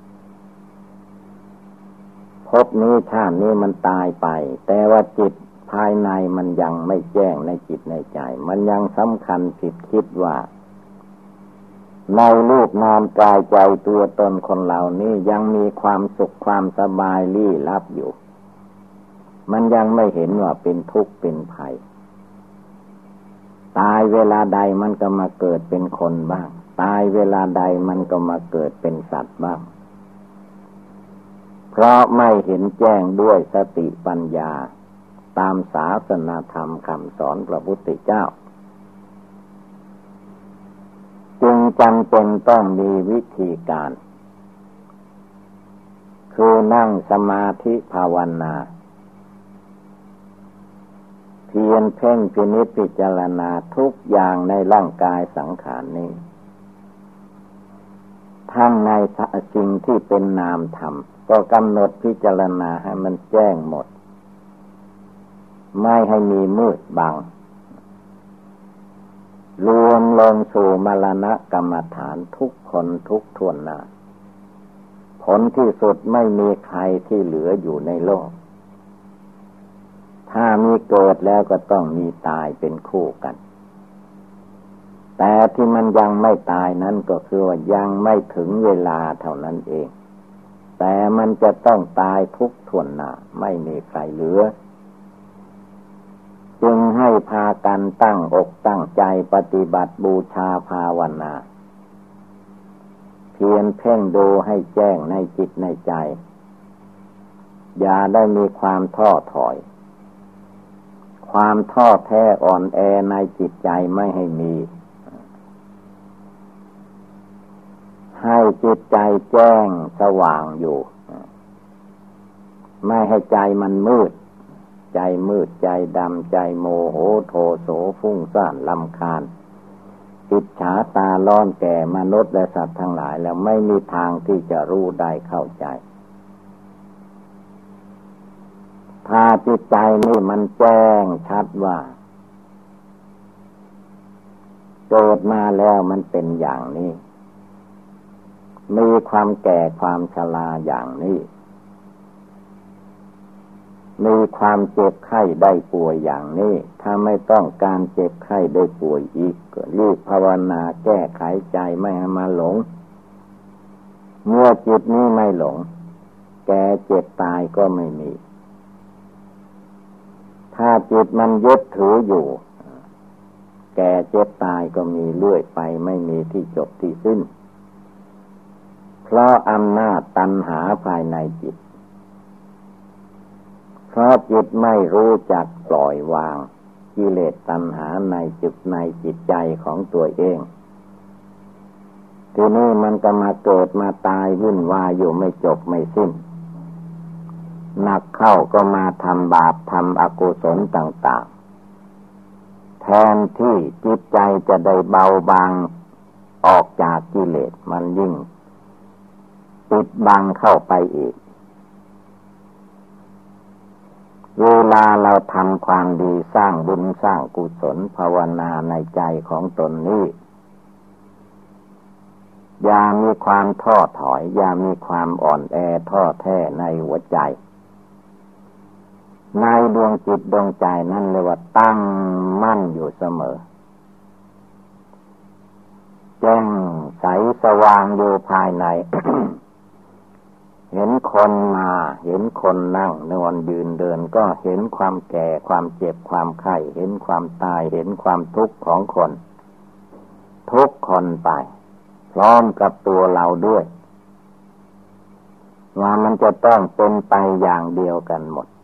พบนี้ชาตินี้มันตายไปแต่ว่าจิตภายในมันยังไม่แจ้งในจิตในใจมันยังสำคัญผิดคิดว่าในรูปนามกายใจตัวตนคนเหล่านี้ยังมีความสุขความสบายลี้ลับอยู่มันยังไม่เห็นว่าเป็นทุกข์เป็นภัยตายเวลาใดมันก็มาเกิดเป็นคนบ้างตายเวลาใดมันก็มาเกิดเป็นสัตว์บ้างเพราะไม่เห็นแจ้งด้วยสติปัญญาตามศาสนาธรรมคำสอนพระพุทธเจ้าจึงจำเป็นต้องมีวิธีการคือนั่งสมาธิภาวนาเพียรเพ่งพินิจพิจารณาทุกอย่างในร่างกายสังขารนี้ทั้งในสิ่งที่เป็นนามธรรมก็กำหนดพิจารณาให้มันแจ้งหมดไม่ให้มีมืดบังรวมลงสู่มรณะกรรมฐานทุกคนทุกทวนหน้าผลที่สุดไม่มีใครที่เหลืออยู่ในโลกถ้ามีเกิดแล้วก็ต้องมีตายเป็นคู่กันแต่ที่มันยังไม่ตายนั้นก็คือว่ายังไม่ถึงเวลาเท่านั้นเองแต่มันจะต้องตายทุกข์ทวนหน้าไม่มีใครเหลือจึงให้พากันตั้งอกตั้งใจปฏิบัติบูชาภาวนาเพียรเพ่งดูให้แจ้งในจิตในใจอย่าได้มีความท้อถอยความท้อแท้อ่อนแอในจิตใจไม่ให้มีให้จิตใจแจ้งสว่างอยู่ไม่ให้ใจมันมืดใจมืดใจดำใจโมโหโทโสฟุ้งซ่านรำคาญอิจฉาตาร้อนแก่มนุษย์และสัตว์ทั้งหลายแล้วไม่มีทางที่จะรู้ได้เข้าใจถ้าจิตใจนี่มันแจ้งชัดว่าเกิดมาแล้วมันเป็นอย่างนี้มีความแก่ความชราอย่างนี้มีความเจ็บไข้ได้ป่วยอย่างนี้ถ้าไม่ต้องการเจ็บไข้ได้ป่วยอีกก็รีบภาวนาแก้ไขใจไม่ให้มาหลงเมื่อจิตนี้ไม่หลงแก่เจ็บตายก็ไม่มีถ้าจิตมันยึดถืออยู่แก่เจ็บตายก็มีเรื่อยไปไม่มีที่จบที่สิ้นเพราะอำนาจตัณหาภายในจิตเพราะจิตไม่รู้จักปล่อยวางกิเลสตัณหาในจิตในจิตใจของตัวเองทีนี้มันก็มาเกิดมาตายวุ่นวายอยู่ไม่จบไม่สิ้นหนักเข้าก็มาทำบาปทำอกุศลต่างๆแทนที่จิตใจจะได้เบาบางออกจากกิเลสมันยิ่งปิดบังเข้าไปอีกเวลาเราทำความดีสร้างบุญสร้างกุศลภาวนาในใจของตนนี้อย่ามีความท้อถอยอย่ามีความอ่อนแอท้อแท้ในหัวใจในดวงจิตดวงใจนั่นเรียกว่าตั้งมั่นอยู่เสมอแจ้งใสสว่างอยู่ภายใน เห็นคนมาเห็นคนนั่งนอนยืนเดินก็เห็นความแก่ความเจ็บความไข้เห็นความตายเห็นความทุกข์ของคนทุกคนไปพร้อมกับตัวเราด้วยว่ามันจะต้องเป็นไปอย่างเดียวกันหมด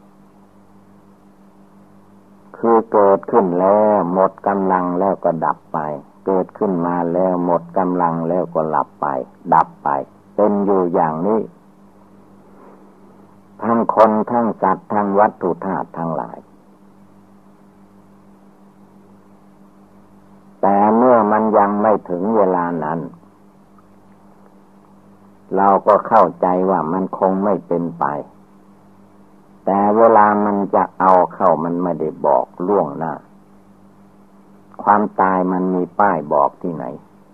คือเกิดขึ้นแล้วหมดกำลังแล้วก็ดับไปเกิดขึ้นมาแล้วหมดกำลังแล้วก็หลับไปดับไปเป็นอยู่อย่างนี้ทั้งคนทั้งสัตว์ทั้งวัตถุธาตุทั้งหลายแต่เมื่อมันยังไม่ถึงเวลานั้นเราก็เข้าใจว่ามันคงไม่เป็นไปแต่เวลามันจะเอาเข้ามันไม่ได้บอกล่วงหน้าความตายมันมีป้ายบอกที่ไหน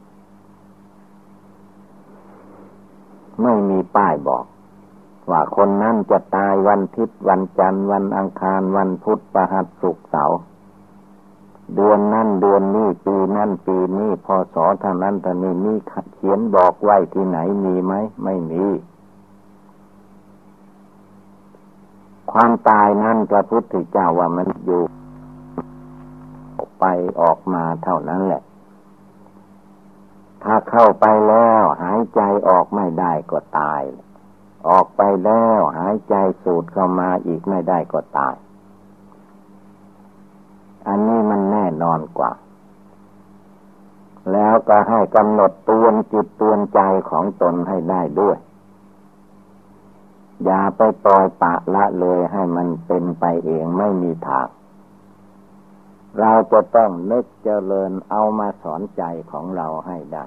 ไม่มีป้ายบอกว่าคนนั้นจะตายวันอาทิตย์วันจันทร์วันอังคารวันพุธพฤหัสศุกร์เสาร์เดือนนั้นเดือนนี้ปีนั้นปีนี้พศเท่านั้นเท่านี้มีเขียนบอกไว้ที่ไหนมีไหมไม่มีความตายนั้นพระพุทธเจ้าว่ามันอยู่ไปออกมาเท่านั้นแหละถ้าเข้าไปแล้วหายใจออกไม่ได้ก็ตายออกไปแล้วหายใจสูดเข้ามาอีกไม่ได้ก็ตายอันนี้มันแน่นอนกว่าแล้วก็ให้กำหนดเตือนจิตเตือนใจของตนให้ได้ด้วยอย่าไปปล่อยปละละเลยให้มันเป็นไปเองไม่มีทางเราจะต้องนึกเจริญเอามาสอนใจของเราให้ได้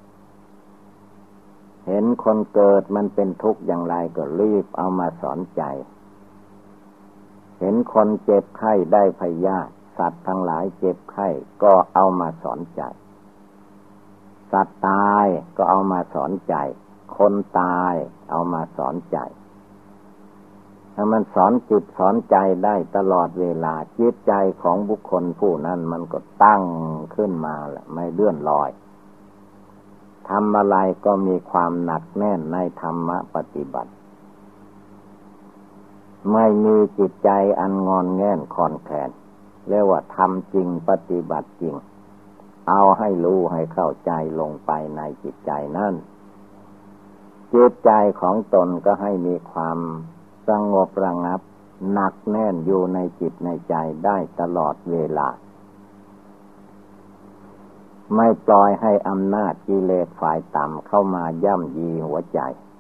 เห็นคนเกิดมันเป็นทุกข์อย่างไรก็รีบเอามาสอนใจเห็นคนเจ็บไข้ได้พยาธิสัตว์ทั้งหลายเจ็บไข้ก็เอามาสอนใจสัตว์ตายก็เอามาสอนใจคนตายเอามาสอนใจถ้ามันสอนจิตสอนใจได้ตลอดเวลาจิตใจของบุคคลผู้นั้นมันก็ตั้งขึ้นมาแหละไม่เลื่อนลอยทำอะไรก็มีความหนักแน่นในธรรมะปฏิบัติไม่มีจิตใจอันงอนแง่นคลอนแคลนเรียกว่าทำจริงปฏิบัติจริงเอาให้รู้ให้เข้าใจลงไปในจิตใจนั่นจิตใจของตนก็ให้มีความสงบระงับหนักแน่นอยู่ในจิตในใจได้ตลอดเวลาไม่ปล่อยให้อำนาจกิเลสฝ่ายต่ำเข้ามาย่ำยีหัวใจ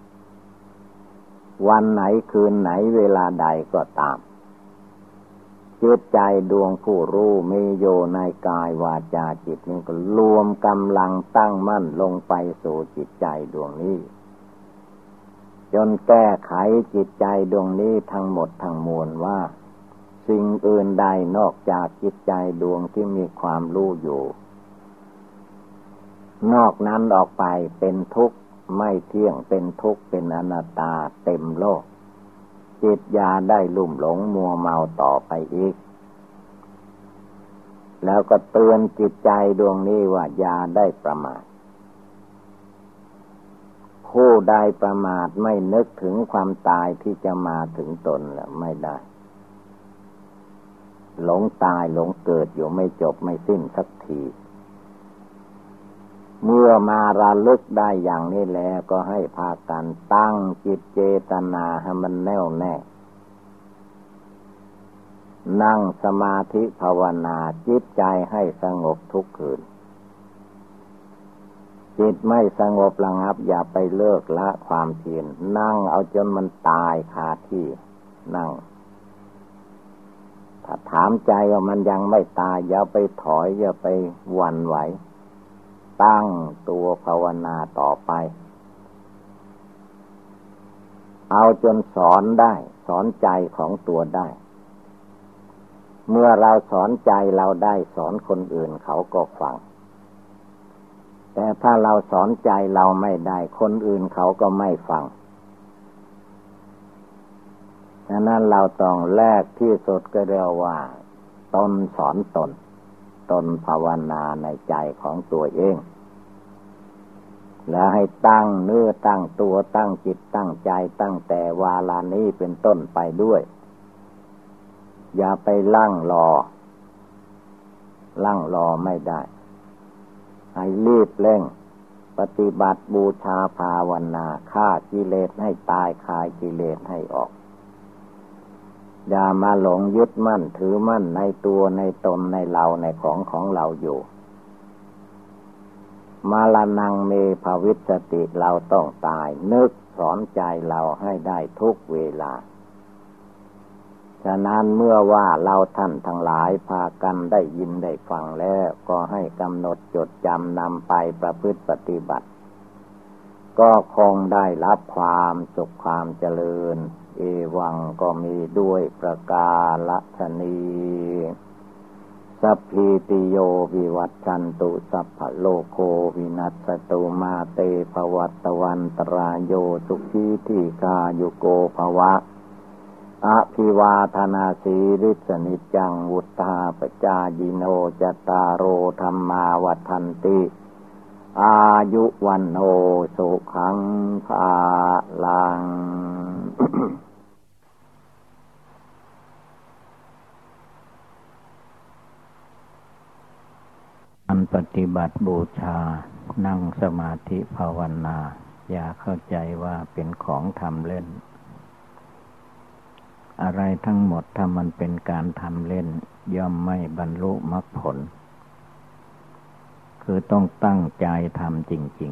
วันไหนคืนไหนเวลาใดก็ตามจิตใจดวงผู้รู้มีอยู่ในกายวาจาจิตนี้ก็รวมกำลังตั้งมั่นลงไปสู่จิตใจดวงนี้จนแก้ไขจิตใจดวงนี้ทั้งหมดทั้งมวลว่าสิ่งอื่นใดนอกจากจิตใจดวงที่มีความรู้อยู่นอกนั้นออกไปเป็นทุกข์ไม่เที่ยงเป็นทุกข์เป็นอนัตตาเต็มโลกจิตอย่าได้ลุ่มหลงมัวเมาต่อไปอีกแล้วก็เตือนจิตใจดวงนี้ว่าอย่าได้ประมาทผู้ใดประมาทไม่นึกถึงความตายที่จะมาถึงตนแล้วไม่ได้หลงตายหลงเกิดอยู่ไม่จบไม่สิ้นสักทีเมื่อมาระลึกได้อย่างนี้แล้วก็ให้พากันตั้งจิตเจตนาให้มันแน่วแน่นั่งสมาธิภาวนาจิตใจให้สงบทุกคืนจิตไม่สงบระงับอย่าไปเลิกละความเพียรนั่งเอาจนมันตายคาที่นั่งถ้าถามใจว่ามันยังไม่ตายอย่าไปถอยอย่าไปหวั่นไหวตั้งตัวภาวนาต่อไปเอาจนสอนได้สอนใจของตัวได้เมื่อเราสอนใจเราได้สอนคนอื่นเขาก็ฟังแต่ถ้าเราสอนใจเราไม่ได้คนอื่นเขาก็ไม่ฟังดังนั้นเราต้องแรกที่สุดก็เรียกว่าตนสอนตนตนภาวนาในใจของตัวเองแล้วให้ตั้งเนื้อตั้งตัวตั้งจิตตั้งใจตั้งแต่วาลานี้เป็นต้นไปด้วยอย่าไปลั่งรอลั่งรอไม่ได้ให้รีบเร่งปฏิบัติบูชาภาวนาฆ่ากิเลสให้ตายคายกิเลสให้ออกอย่ามาหลงยึดมั่นถือมั่นในตัวในตนในเราในของของเราอยู่มาลานังเมภวิสติเราต้องตายนึกสอนใจเราให้ได้ทุกเวลาฉะนั้นเมื่อว่าเราท่านทั้งหลายพากันได้ยินได้ฟังแล้วก็ให้กำหนดจดจำนำไปประพฤติปฏิบัติก็คงได้รับความสุขความเจริญเอวังก็มีด้วยประกาศนีสัพพิติโยวิวัชชันตุสัพพะโลกโควินัสตุมาเตภวัตวันตรายโยสุขีทีฆายุโกภวะอภิวาทนาสีริสนิจังวุฒาปจายิโนจตารโอธรรมาวัฏันติอายุวันโนสุขังภาลังการปฏิบัติบูชานั่งสมาธิภาวนาอย่าเข้าใจว่าเป็นของทำเล่นอะไรทั้งหมดถ้ามันเป็นการทำเล่นย่อมไม่บรรลุมรรคผลคือต้องตั้งใจทำจริง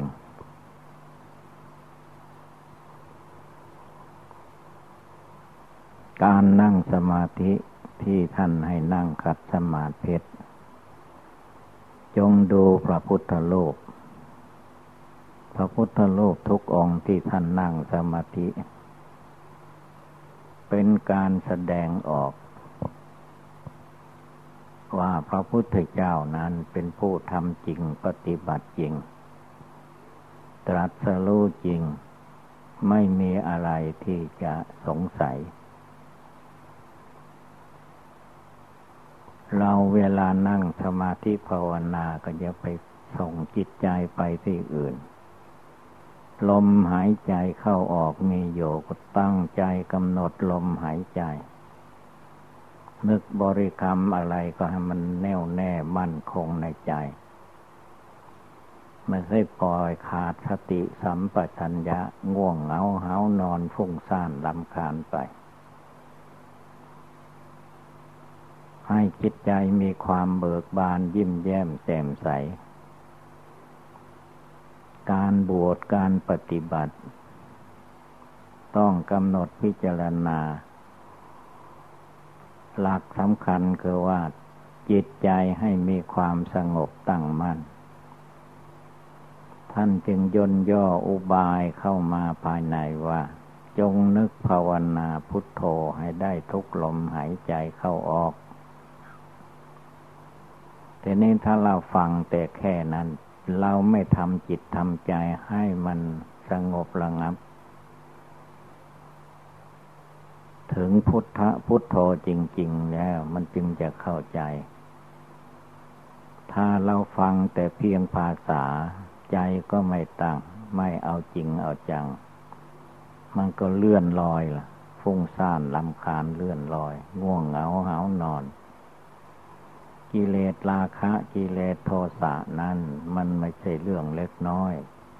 ๆการนั่งสมาธิที่ท่านให้นั่งขัดสมาธิจงดูพระพุทธรูปพระพุทธรูปทุกองค์ที่ท่านนั่งสมาธิเป็นการแสดงออกว่าพระพุทธเจ้านั้นเป็นผู้ทำจริงปฏิบัติจริงตรัสรู้จริงไม่มีอะไรที่จะสงสัยเราเวลานั่งสมาธิภาวนาก็อย่าไปส่งจิตใจไปที่อื่นลมหายใจเข้าออกมีอยู่ก็ตั้งใจกำหนดลมหายใจนึกบริกรรมอะไรก็ให้มันแน่วแน่มั่นคงในใจไม่ใช่ปล่อยขาดสติสัมปชัญญะง่วงเหงาหาวนอนฟุ้งซ่านรำคาญไปให้จิตใจมีความเบิกบานยิ้มแย้มแจ่มใสการบวชการปฏิบัติต้องกำหนดพิจารณาหลักสำคัญคือว่าจิตใจให้มีความสงบตั้งมั่นท่านจึงย่นย่ออุบายเข้ามาภายในว่าจงนึกภาวนาพุทโธให้ได้ทุกลมหายใจเข้าออกแต่นี้ถ้าเราฟังแต่แค่นั้นเราไม่ทำจิตทำใจให้มันสงบระงับถึงพุทธะพุทโธจริงๆแล้วมันจึงจะเข้าใจถ้าเราฟังแต่เพียงภาษาใจก็ไม่ตั้งไม่เอาจริงเอาจังมันก็เลื่อนลอยล่ะฟุ้งซ่านรำคาญเลื่อนลอยง่วงเหงาหาวนอนกิเลสราคะกิเลสโทสะนั้นมันไม่ใช่เรื่องเล็กน้อย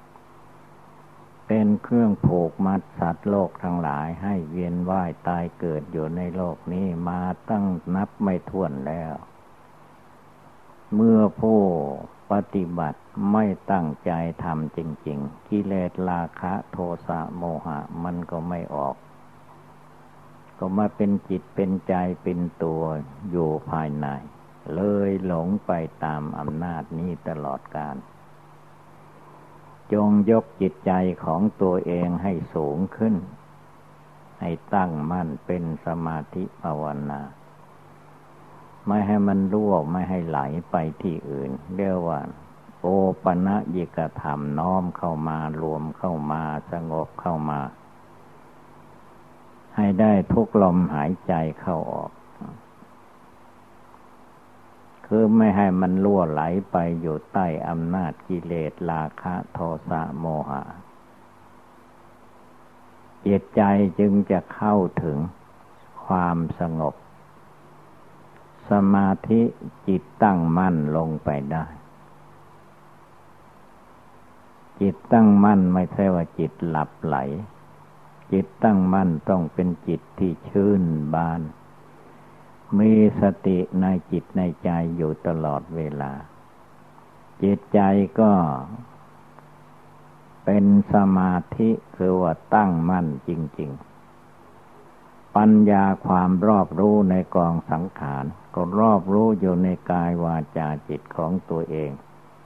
เป็นเครื่องผูกมัดสัตว์โลกทั้งหลายให้เวียนว่ายตายเกิดอยู่ในโลกนี้มาตั้งนับไม่ถ้วนแล้วเมื่อผู้ปฏิบัติไม่ตั้งใจทำจริงๆกิเลสราคะโทสะโมหะมันก็ไม่ออกก็มาเป็นจิตเป็นใจเป็นตัวอยู่ภายในเลยหลงไปตามอำนาจนี้ตลอดกาลจงยกจิตใจของตัวเองให้สูงขึ้นให้ตั้งมั่นเป็นสมาธิภาวนาไม่ให้มันรั่วไม่ให้ไหลไปที่อื่นเรียกว่าโอปนยิกธรรมน้อมเข้ามารวมเข้ามาสงบเข้ามาให้ได้ทุกลมหายใจเข้าออกคือไม่ให้มันล่วไหลไปอยู่ใต้อำนาจกิเลสราคะโทสะโมหะจิตใจจึงจะเข้าถึงความสงบสมาธิจิตตั้งมั่นลงไปได้จิตตั้งมั่นไม่ใช่ว่าจิตหลับไหลจิตตั้งมั่นต้องเป็นจิตที่ชื่นบานมีสติในจิตในใจอยู่ตลอดเวลาจิตใจก็เป็นสมาธิคือว่าตั้งมั่นจริงๆปัญญาความรอบรู้ในกองสังขารก็รอบรู้อยู่ในกายวาจาจิตของตัวเอง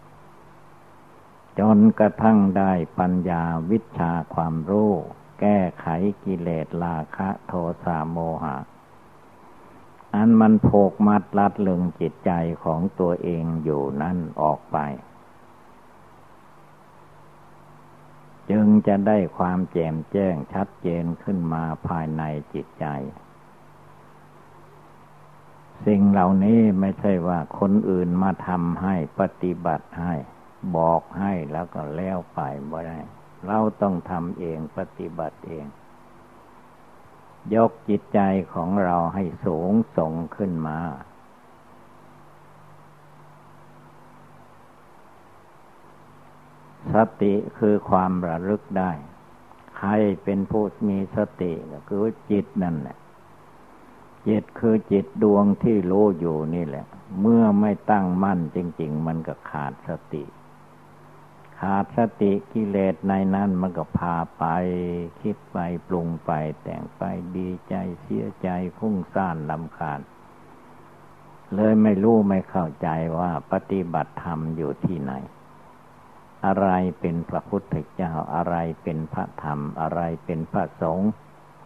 จนกระทั่งได้ปัญญาวิชชาความรู้แก้ไขกิเลสราคะโทสะโมหะอันมันผูกมัดรัดลึงจิตใจของตัวเองอยู่นั่นออกไปจึงจะได้ความแจ่มแจ้งชัดเจนขึ้นมาภายในจิตใจสิ่งเหล่านี้ไม่ใช่ว่าคนอื่นมาทำให้ปฏิบัติให้บอกให้แล้วก็แล้วไปไม่ได้เราต้องทำเองปฏิบัติเองยกจิตใจของเราให้สูงส่งขึ้นมาสติคือความระลึกได้ใครเป็นผู้มีสติก็คือจิตนั่นแหละจิตคือจิตดวงที่รู้อยู่นี่แหละเมื่อไม่ตั้งมั่นจริงๆมันก็ขาดสติขาดสติกิเลสในนั้นมันก็พาไปคิดไปปรุงไปแต่งไปดีใจเสียใจฟุ้งซ่านรำคาญเลยไม่รู้ไม่เข้าใจว่าปฏิบัติธรรมอยู่ที่ไหนอะไรเป็นพระพุทธเจ้าอะไรเป็นพระธรรมอะไรเป็นพระสงฆ์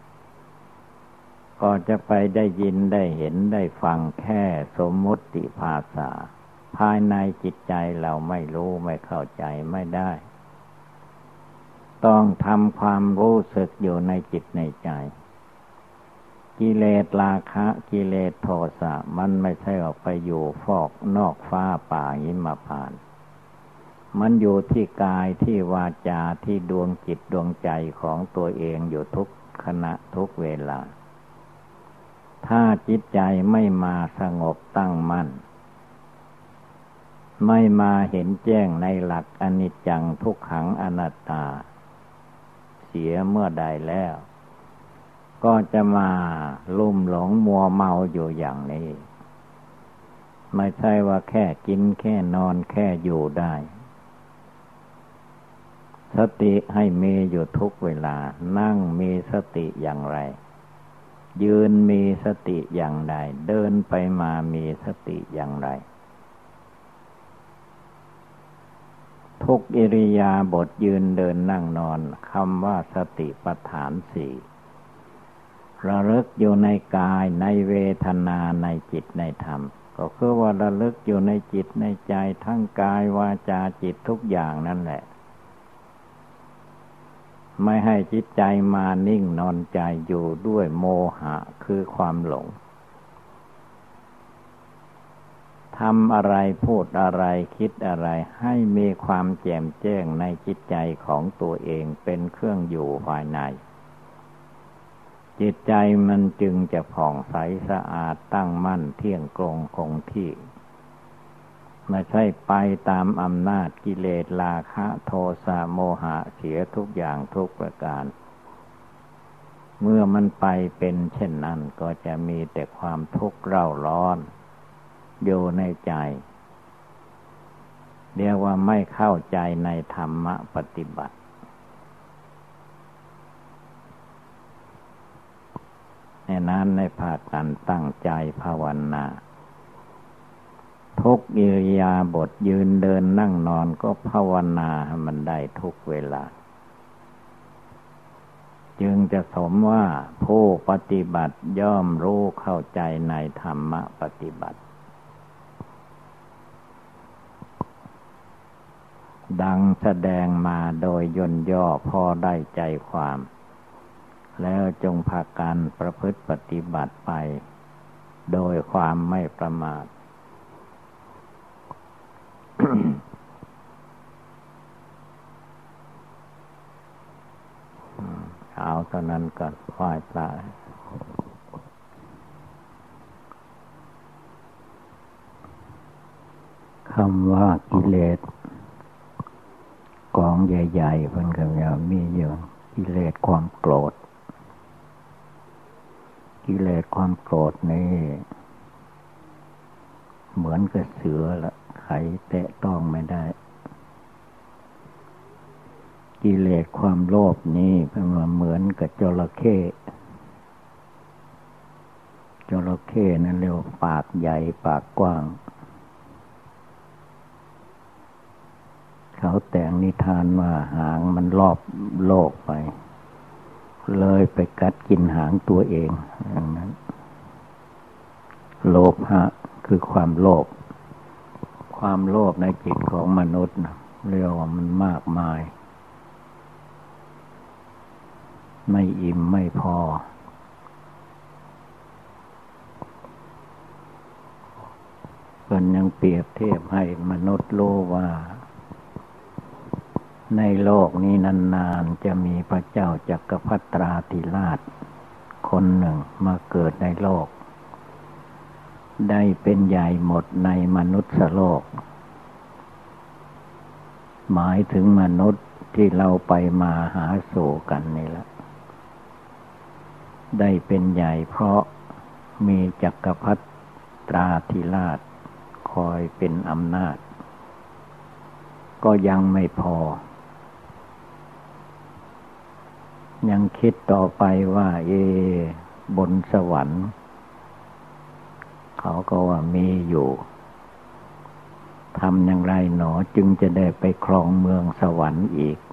ก็จะไปได้ยินได้เห็นได้ฟังแค่สมมติภาษาภายในจิตใจเราไม่รู้ไม่เข้าใจไม่ได้ต้องทำความรู้สึกอยู่ในจิตในใจกิเลสราคะกิเลสโทสะมันไม่ใช่ออกไปอยู่ฟอกนอกฟ้าป่าหิมพานต์มันอยู่ที่กายที่วาจาที่ดวงจิตดวงใจของตัวเองอยู่ทุกขณะทุกเวลาถ้าจิตใจไม่มาสงบตั้งมั่นไม่มาเห็นแจ้งในหลักอนิจจังทุกขังอนัตตาเสียเมื่อใดแล้วก็จะมาลุ่มหลงมัวเมาอยู่อย่างนี้ไม่ใช่ว่าแค่กินแค่นอนแค่อยู่ได้สติให้มีอยู่ทุกเวลานั่งมีสติอย่างไรยืนมีสติอย่างใดเดินไปมามีสติอย่างไรทุกอิริยาบถยืนเดินนั่งนอนคำว่าสติปัฏฐานสี่ระลึกอยู่ในกายในเวทนาในจิตในธรรมก็คือว่าระลึกอยู่ในจิตในใจทั้งกายวาจาจิตทุกอย่างนั่นแหละไม่ให้จิตใจมานิ่งนอนใจอยู่ด้วยโมหะคือความหลงทำอะไรพูดอะไรคิดอะไรให้มีความแจ่มแจ้งในจิตใจของตัวเองเป็นเครื่องอยู่ภายในจิตใจมันจึงจะผ่องใสสะอาดตั้งมั่นเที่ยงตรงคงที่ไม่ใช่ไปตามอำนาจกิเลสราคะโทสะโมหะเสียทุกอย่างทุกประการเมื่อมันไปเป็นเช่นนั้นก็จะมีแต่ความทุกข์เร่าร้อนอยู่ในใจเรียกว่าไม่เข้าใจในธรรมะปฏิบัติในนั้นในภาคการตั้งใจภาวนาทุกอิริยาบถยืนเดินนั่งนอนก็ภาวนาให้มันได้ทุกเวลาจึงจะสมว่าผู้ปฏิบัติย่อมรู้เข้าใจในธรรมะปฏิบัติดังแสดงมาโดยย่นย่อพอได้ใจความแล้วจงพากันประพฤติปฏิบัติไปโดยความไม่ประมาท เอาเท่านั้นก็ไหว้พระคำว่ากิเลสกองใหญ่ๆเพิ่นก็มีอยู่กิเลสความโกรธกิเลสความโกรธนี่เหมือนกับเสือละใครแตะต้องไม่ได้กิเลสความโลภนี่เป็นว่าเหมือนกับจระเข้จระเข้นั่นเรียกว่าปากใหญ่ปากกว้างเขาแต่งนิทานว่าหางมันรอบโลกไปเลยไปกัดกินหางตัวเองอย่างนั้นโลภะคือความโลภความโลภในจิตของมนุษย์เรียกว่ามันมากมายไม่อิ่มไม่พอเพิ่นยังเปรียบเทียบให้มนุษย์รู้ว่าในโลกนี้นานๆจะมีพระเจ้าจักรพรรดิราธิราชคนหนึ่งมาเกิดในโลกได้เป็นใหญ่หมดในมนุษย์โลกหมายถึงมนุษย์ที่เราไปมาหาสู่กันนี่แหละได้เป็นใหญ่เพราะมีจักรพรรดิราธิราชคอยเป็นอำนาจก็ยังไม่พอยังคิดต่อไปว่าเอบนสวรรค์เขาก็ว่ามีอยู่ทำอย่างไรหนอจึงจะได้ไปครองเมืองสวรรค์อีก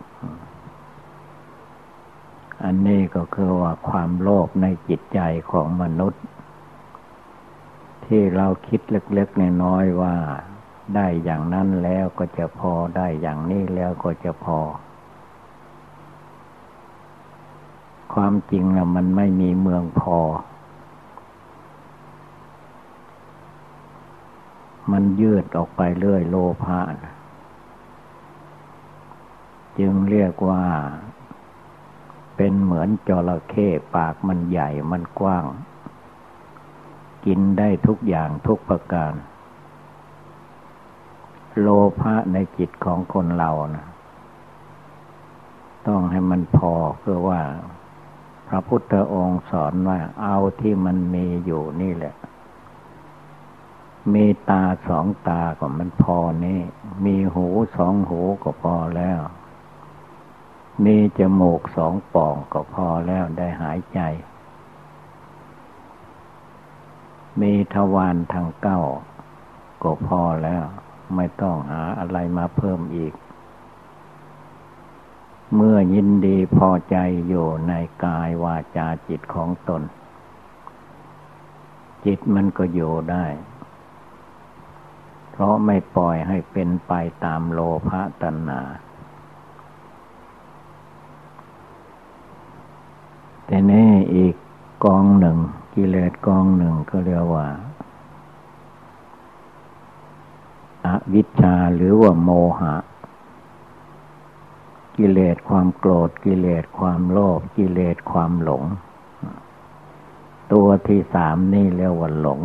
อันนี้ก็คือว่าความโลภในจิตใจของมนุษย์ที่เราคิดเล็กๆน้อยๆว่าได้อย่างนั้นแล้วก็จะพอได้อย่างนี้แล้วก็จะพอความจริงน่ะมันไม่มีเมืองพอมันยืดออกไปเรื่อยโลภะจึงเรียกว่าเป็นเหมือนจระเข้ปากมันใหญ่มันกว้างกินได้ทุกอย่างทุกประการโลภะในจิตของคนเรานะต้องให้มันพอเพื่อว่าพระพุทธองค์สอนว่าเอาที่มันมีอยู่นี่แหละมีตาสองตาก็มันพอนี่มีหูสองหูก็พอแล้วมีจมูกสองป่องก็พอแล้วได้หายใจมีทวารทั้งเก้าก็พอแล้วไม่ต้องหาอะไรมาเพิ่มอีกเมื่อยินดีพอใจอยู่ในกายวาจาจิตของตนจิตมันก็อยู่ได้เพราะไม่ปล่อยให้เป็นไปตามโลภะตัณหาแต่แน่อีกกองหนึ่งกิเลสกองหนึ่งก็เรียกว่าอวิชชาหรือว่าโมหะกิเลสความโกรธกิเลสความโลภกิเลสความหลงตัวที่สามนี่เรียกว่าหลง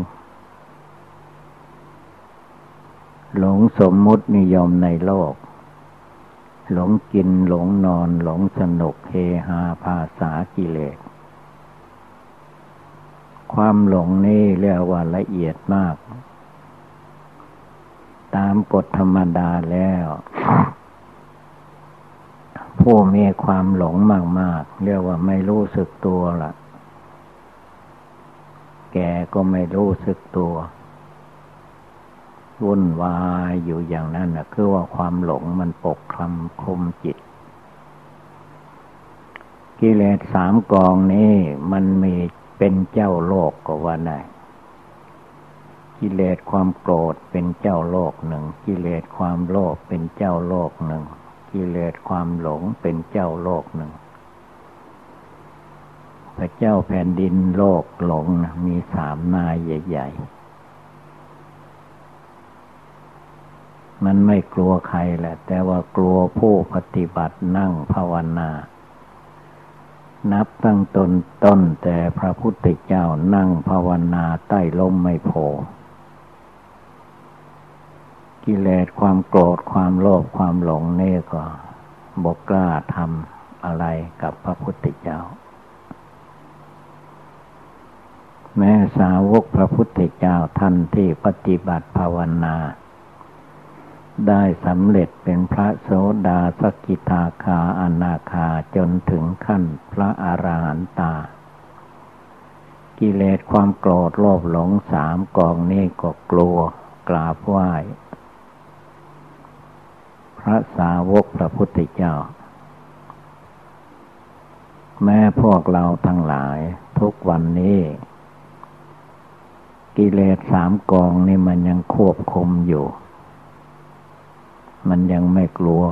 หลงสมมุตินิยมในโลกหลงกินหลงนอนหลงสนุกเฮฮาภาษากิเลสความหลงนี่เรียกว่าละเอียดมากตามกฎธรรมดาแล้วผู้มีความหลงมากๆเรียกว่าไม่รู้สึกตัวล่ะแก่ก็ไม่รู้สึกตัววุ่นวายอยู่อย่างนั้นน่ะคือว่าความหลงมันปกคลุมคลุมจิตกิเลสสามกองนี้มันมีเป็นเจ้าโลกก็ว่าได้กิเลสความโกรธเป็นเจ้าโลกหนึ่งกิเลสความโลภเป็นเจ้าโลกหนึ่งกิเลสความหลงเป็นเจ้าโลกหนึ่งพระเจ้าแผ่นดินโลกหลงมีสามนายใหญ่ๆมันไม่กลัวใครแหละแต่ว่ากลัวผู้ปฏิบัตินั่งภาวนานับตั้งตนต้นแต่พระพุทธเจ้านั่งภาวนาใต้ร่มไมโพธิ์กิเลสความโกรธความโลภความหลงนี่ก็บ่กล้าทำอะไรกับพระพุทธเจ้าแม้สาวกพระพุทธเจ้าท่านที่ปฏิบัติภาวนาได้สำเร็จเป็นพระโสดาสกิทาคาอนาคาจนถึงขั้นพระอรหันตากิเลสความโกรธโลภหลงสามกองนี้ก็กลัวกราบไหว้พระสาวกพระพุทธเจ้าแม้พวกเราทั้งหลายทุกวันนี้กิเลสสามกองนี่มันยังควบคุมอยู่มันยังไม่กลัว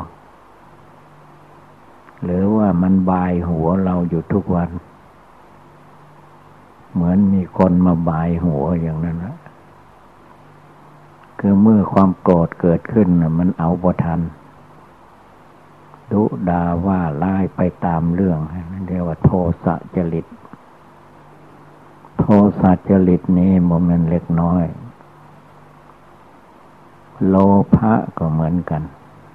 หรือว่ามันบายหัวเราอยู่ทุกวันเหมือนมีคนมาบายหัวอย่างนั้นนะคือเมื่อความโกรธเกิดขึ้นมันเอาบ่ทันดุด่าว่าไล่ไปตามเรื่องนั่นเรียกว่าโทสะจริตโทสะจริตนี้มันเล็กน้อยโลภะก็เหมือนกัน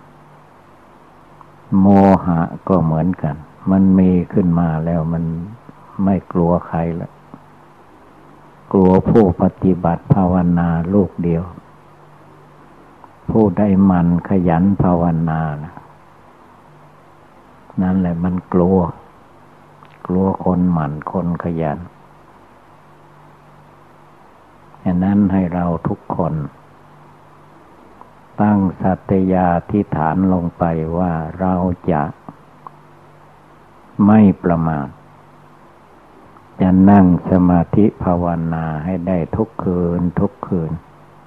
โมหะก็เหมือนกันมันมีขึ้นมาแล้วมันไม่กลัวใครละกลัวผู้ปฏิบัติภาวนาลูกเดียวผู้ได้มันขยันภาวนานะนั่นแหละมันกลัวกลัวคนหมั่นคนขยันฉะนั้นให้เราทุกคนตั้งสัตยาธิฐานลงไปว่าเราจะไม่ประมาทจะนั่งสมาธิภาวนาให้ได้ทุกคืนทุกคืน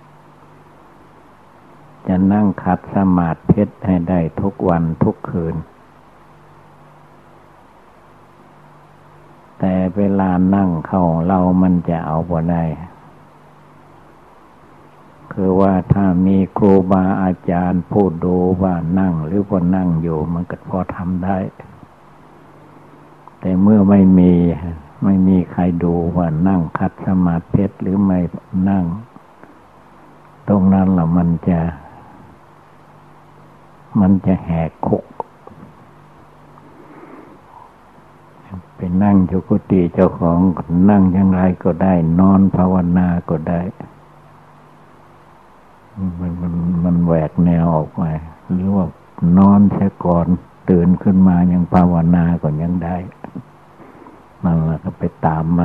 จะนั่งขัดสมาธิให้ได้ทุกวันทุกคืนแต่เวลานั่งเข้าเรามันจะเอาบ่ได้คือว่าถ้ามีครูบาอาจารย์ผู้ดูว่านั่งหรือว่านั่งอยู่มันก็พอทำได้แต่เมื่อไม่มีไม่มีใครดูว่านั่งคัดสมาธิหรือไม่นั่งตรงนั้นล่ะมันจะมันจะแหกคุกไปนั่งอยู่กุฏิเจ้าของนั่งอย่างไรก็ได้นอนภาวนาก็ได้มันมันมันแหวกแนวออกไปหรือว่านอนเสียก่อนตื่นขึ้นมายังภาวนาก็ยังได้นั่นแหละก็ไปตามมัน